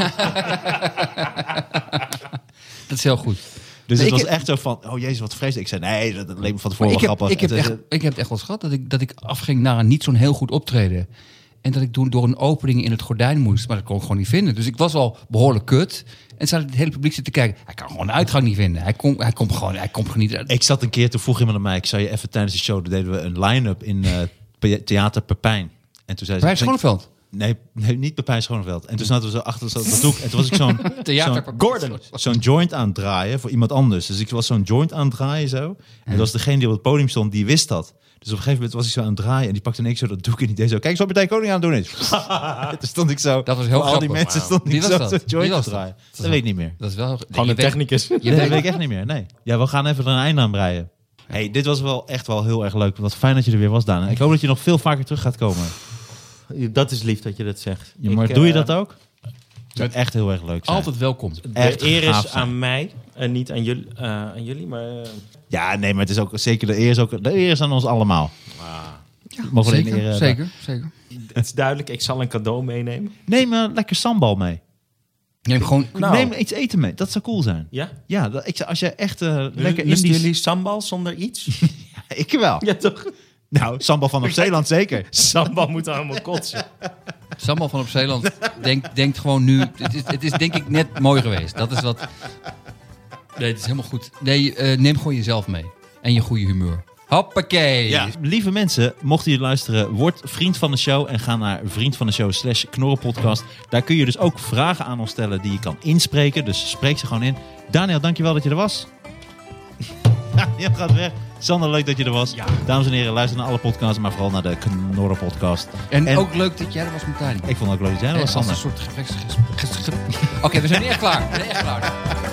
Dat is heel goed. Dus Nee, het ik was echt zo van, oh jezus, wat vreselijk. Ik zei, nee, dat leek me van tevoren Maar wel grappig. ik heb het echt wel eens gehad dat ik afging naar een niet zo'n heel goed optreden. En dat ik toen door een opening in het gordijn moest. Maar dat kon ik gewoon niet vinden. Dus ik was al behoorlijk kut. En zat het hele publiek zitten kijken. Hij kan gewoon de uitgang niet vinden. Hij komt gewoon niet uit. Ik zat een keer, toen vroeg iemand aan mij, ik zou je even tijdens de show, deden we een line-up in Theater Pepijn. En toen zei ze... Bij Schoneveld. Nee, niet Pepijn Schoneveld. En toen zaten we zo achter dat doek. En toen was ik zo'n joint aan het draaien voor iemand anders. Dus ik was zo'n joint aan het draaien zo. En dat was degene die op het podium stond, die wist dat. Dus op een gegeven moment was ik zo aan het draaien en die pakte ineens zo dat doek en die deed zo, kijk eens wat Martijn Koning aan het doen is. Toen stond ik zo, dat was heel al die mensen stonden ik zo zo'n joint aan het draaien. Dat weet ik niet meer. Dat is wel... Gewoon een technicus. Dat weet ik echt niet meer, nee. Ja, we gaan even er een einde aan breien. Hey, dit was wel echt wel heel erg leuk. Wat fijn dat je er weer was, Daan. En ik hoop dat je nog veel vaker terug gaat komen. Dat is lief dat je dat zegt. Ja, maar doe je dat ook? Dat is echt heel erg leuk zijn. Altijd welkom. De eer is aan mij en niet aan jullie, maar... Ja, nee, maar het is ook zeker de eer is aan ons allemaal. Mogen we Zeker. Het is duidelijk, ik zal een cadeau meenemen. Neem lekker sambal mee. Neem iets eten mee. Dat zou cool zijn. Ja? Ja, als je echt lekker Indisch... Indisch... jullie sambal zonder iets? Ja, ik wel. Ja, toch? Nou, sambal van op Zeeland zeker. Sambal moet allemaal kotsen. Sambal van op Zeeland denkt gewoon nu... Het is denk ik net mooi geweest. Dat is wat... Nee, het is helemaal goed. Nee, neem gewoon jezelf mee. En je goede humeur. Hoppakee. Ja, lieve mensen, mochten jullie luisteren, word vriend van de show en ga naar vriendvandeshow.com/knorrenpodcast. Daar kun je dus ook vragen aan ons stellen die je kan inspreken. Dus spreek ze gewoon in. Daniel, dankjewel dat je er was. Daniel gaat weg. Sander, leuk dat je er was. Ja. Dames en heren, luister naar alle podcasts, maar vooral naar de Knorrenpodcast. En ook leuk dat jij er was, Martijn. Ik vond het ook leuk dat jij er was, Sander. Als een soort gespreks. Oké, we zijn niet echt klaar.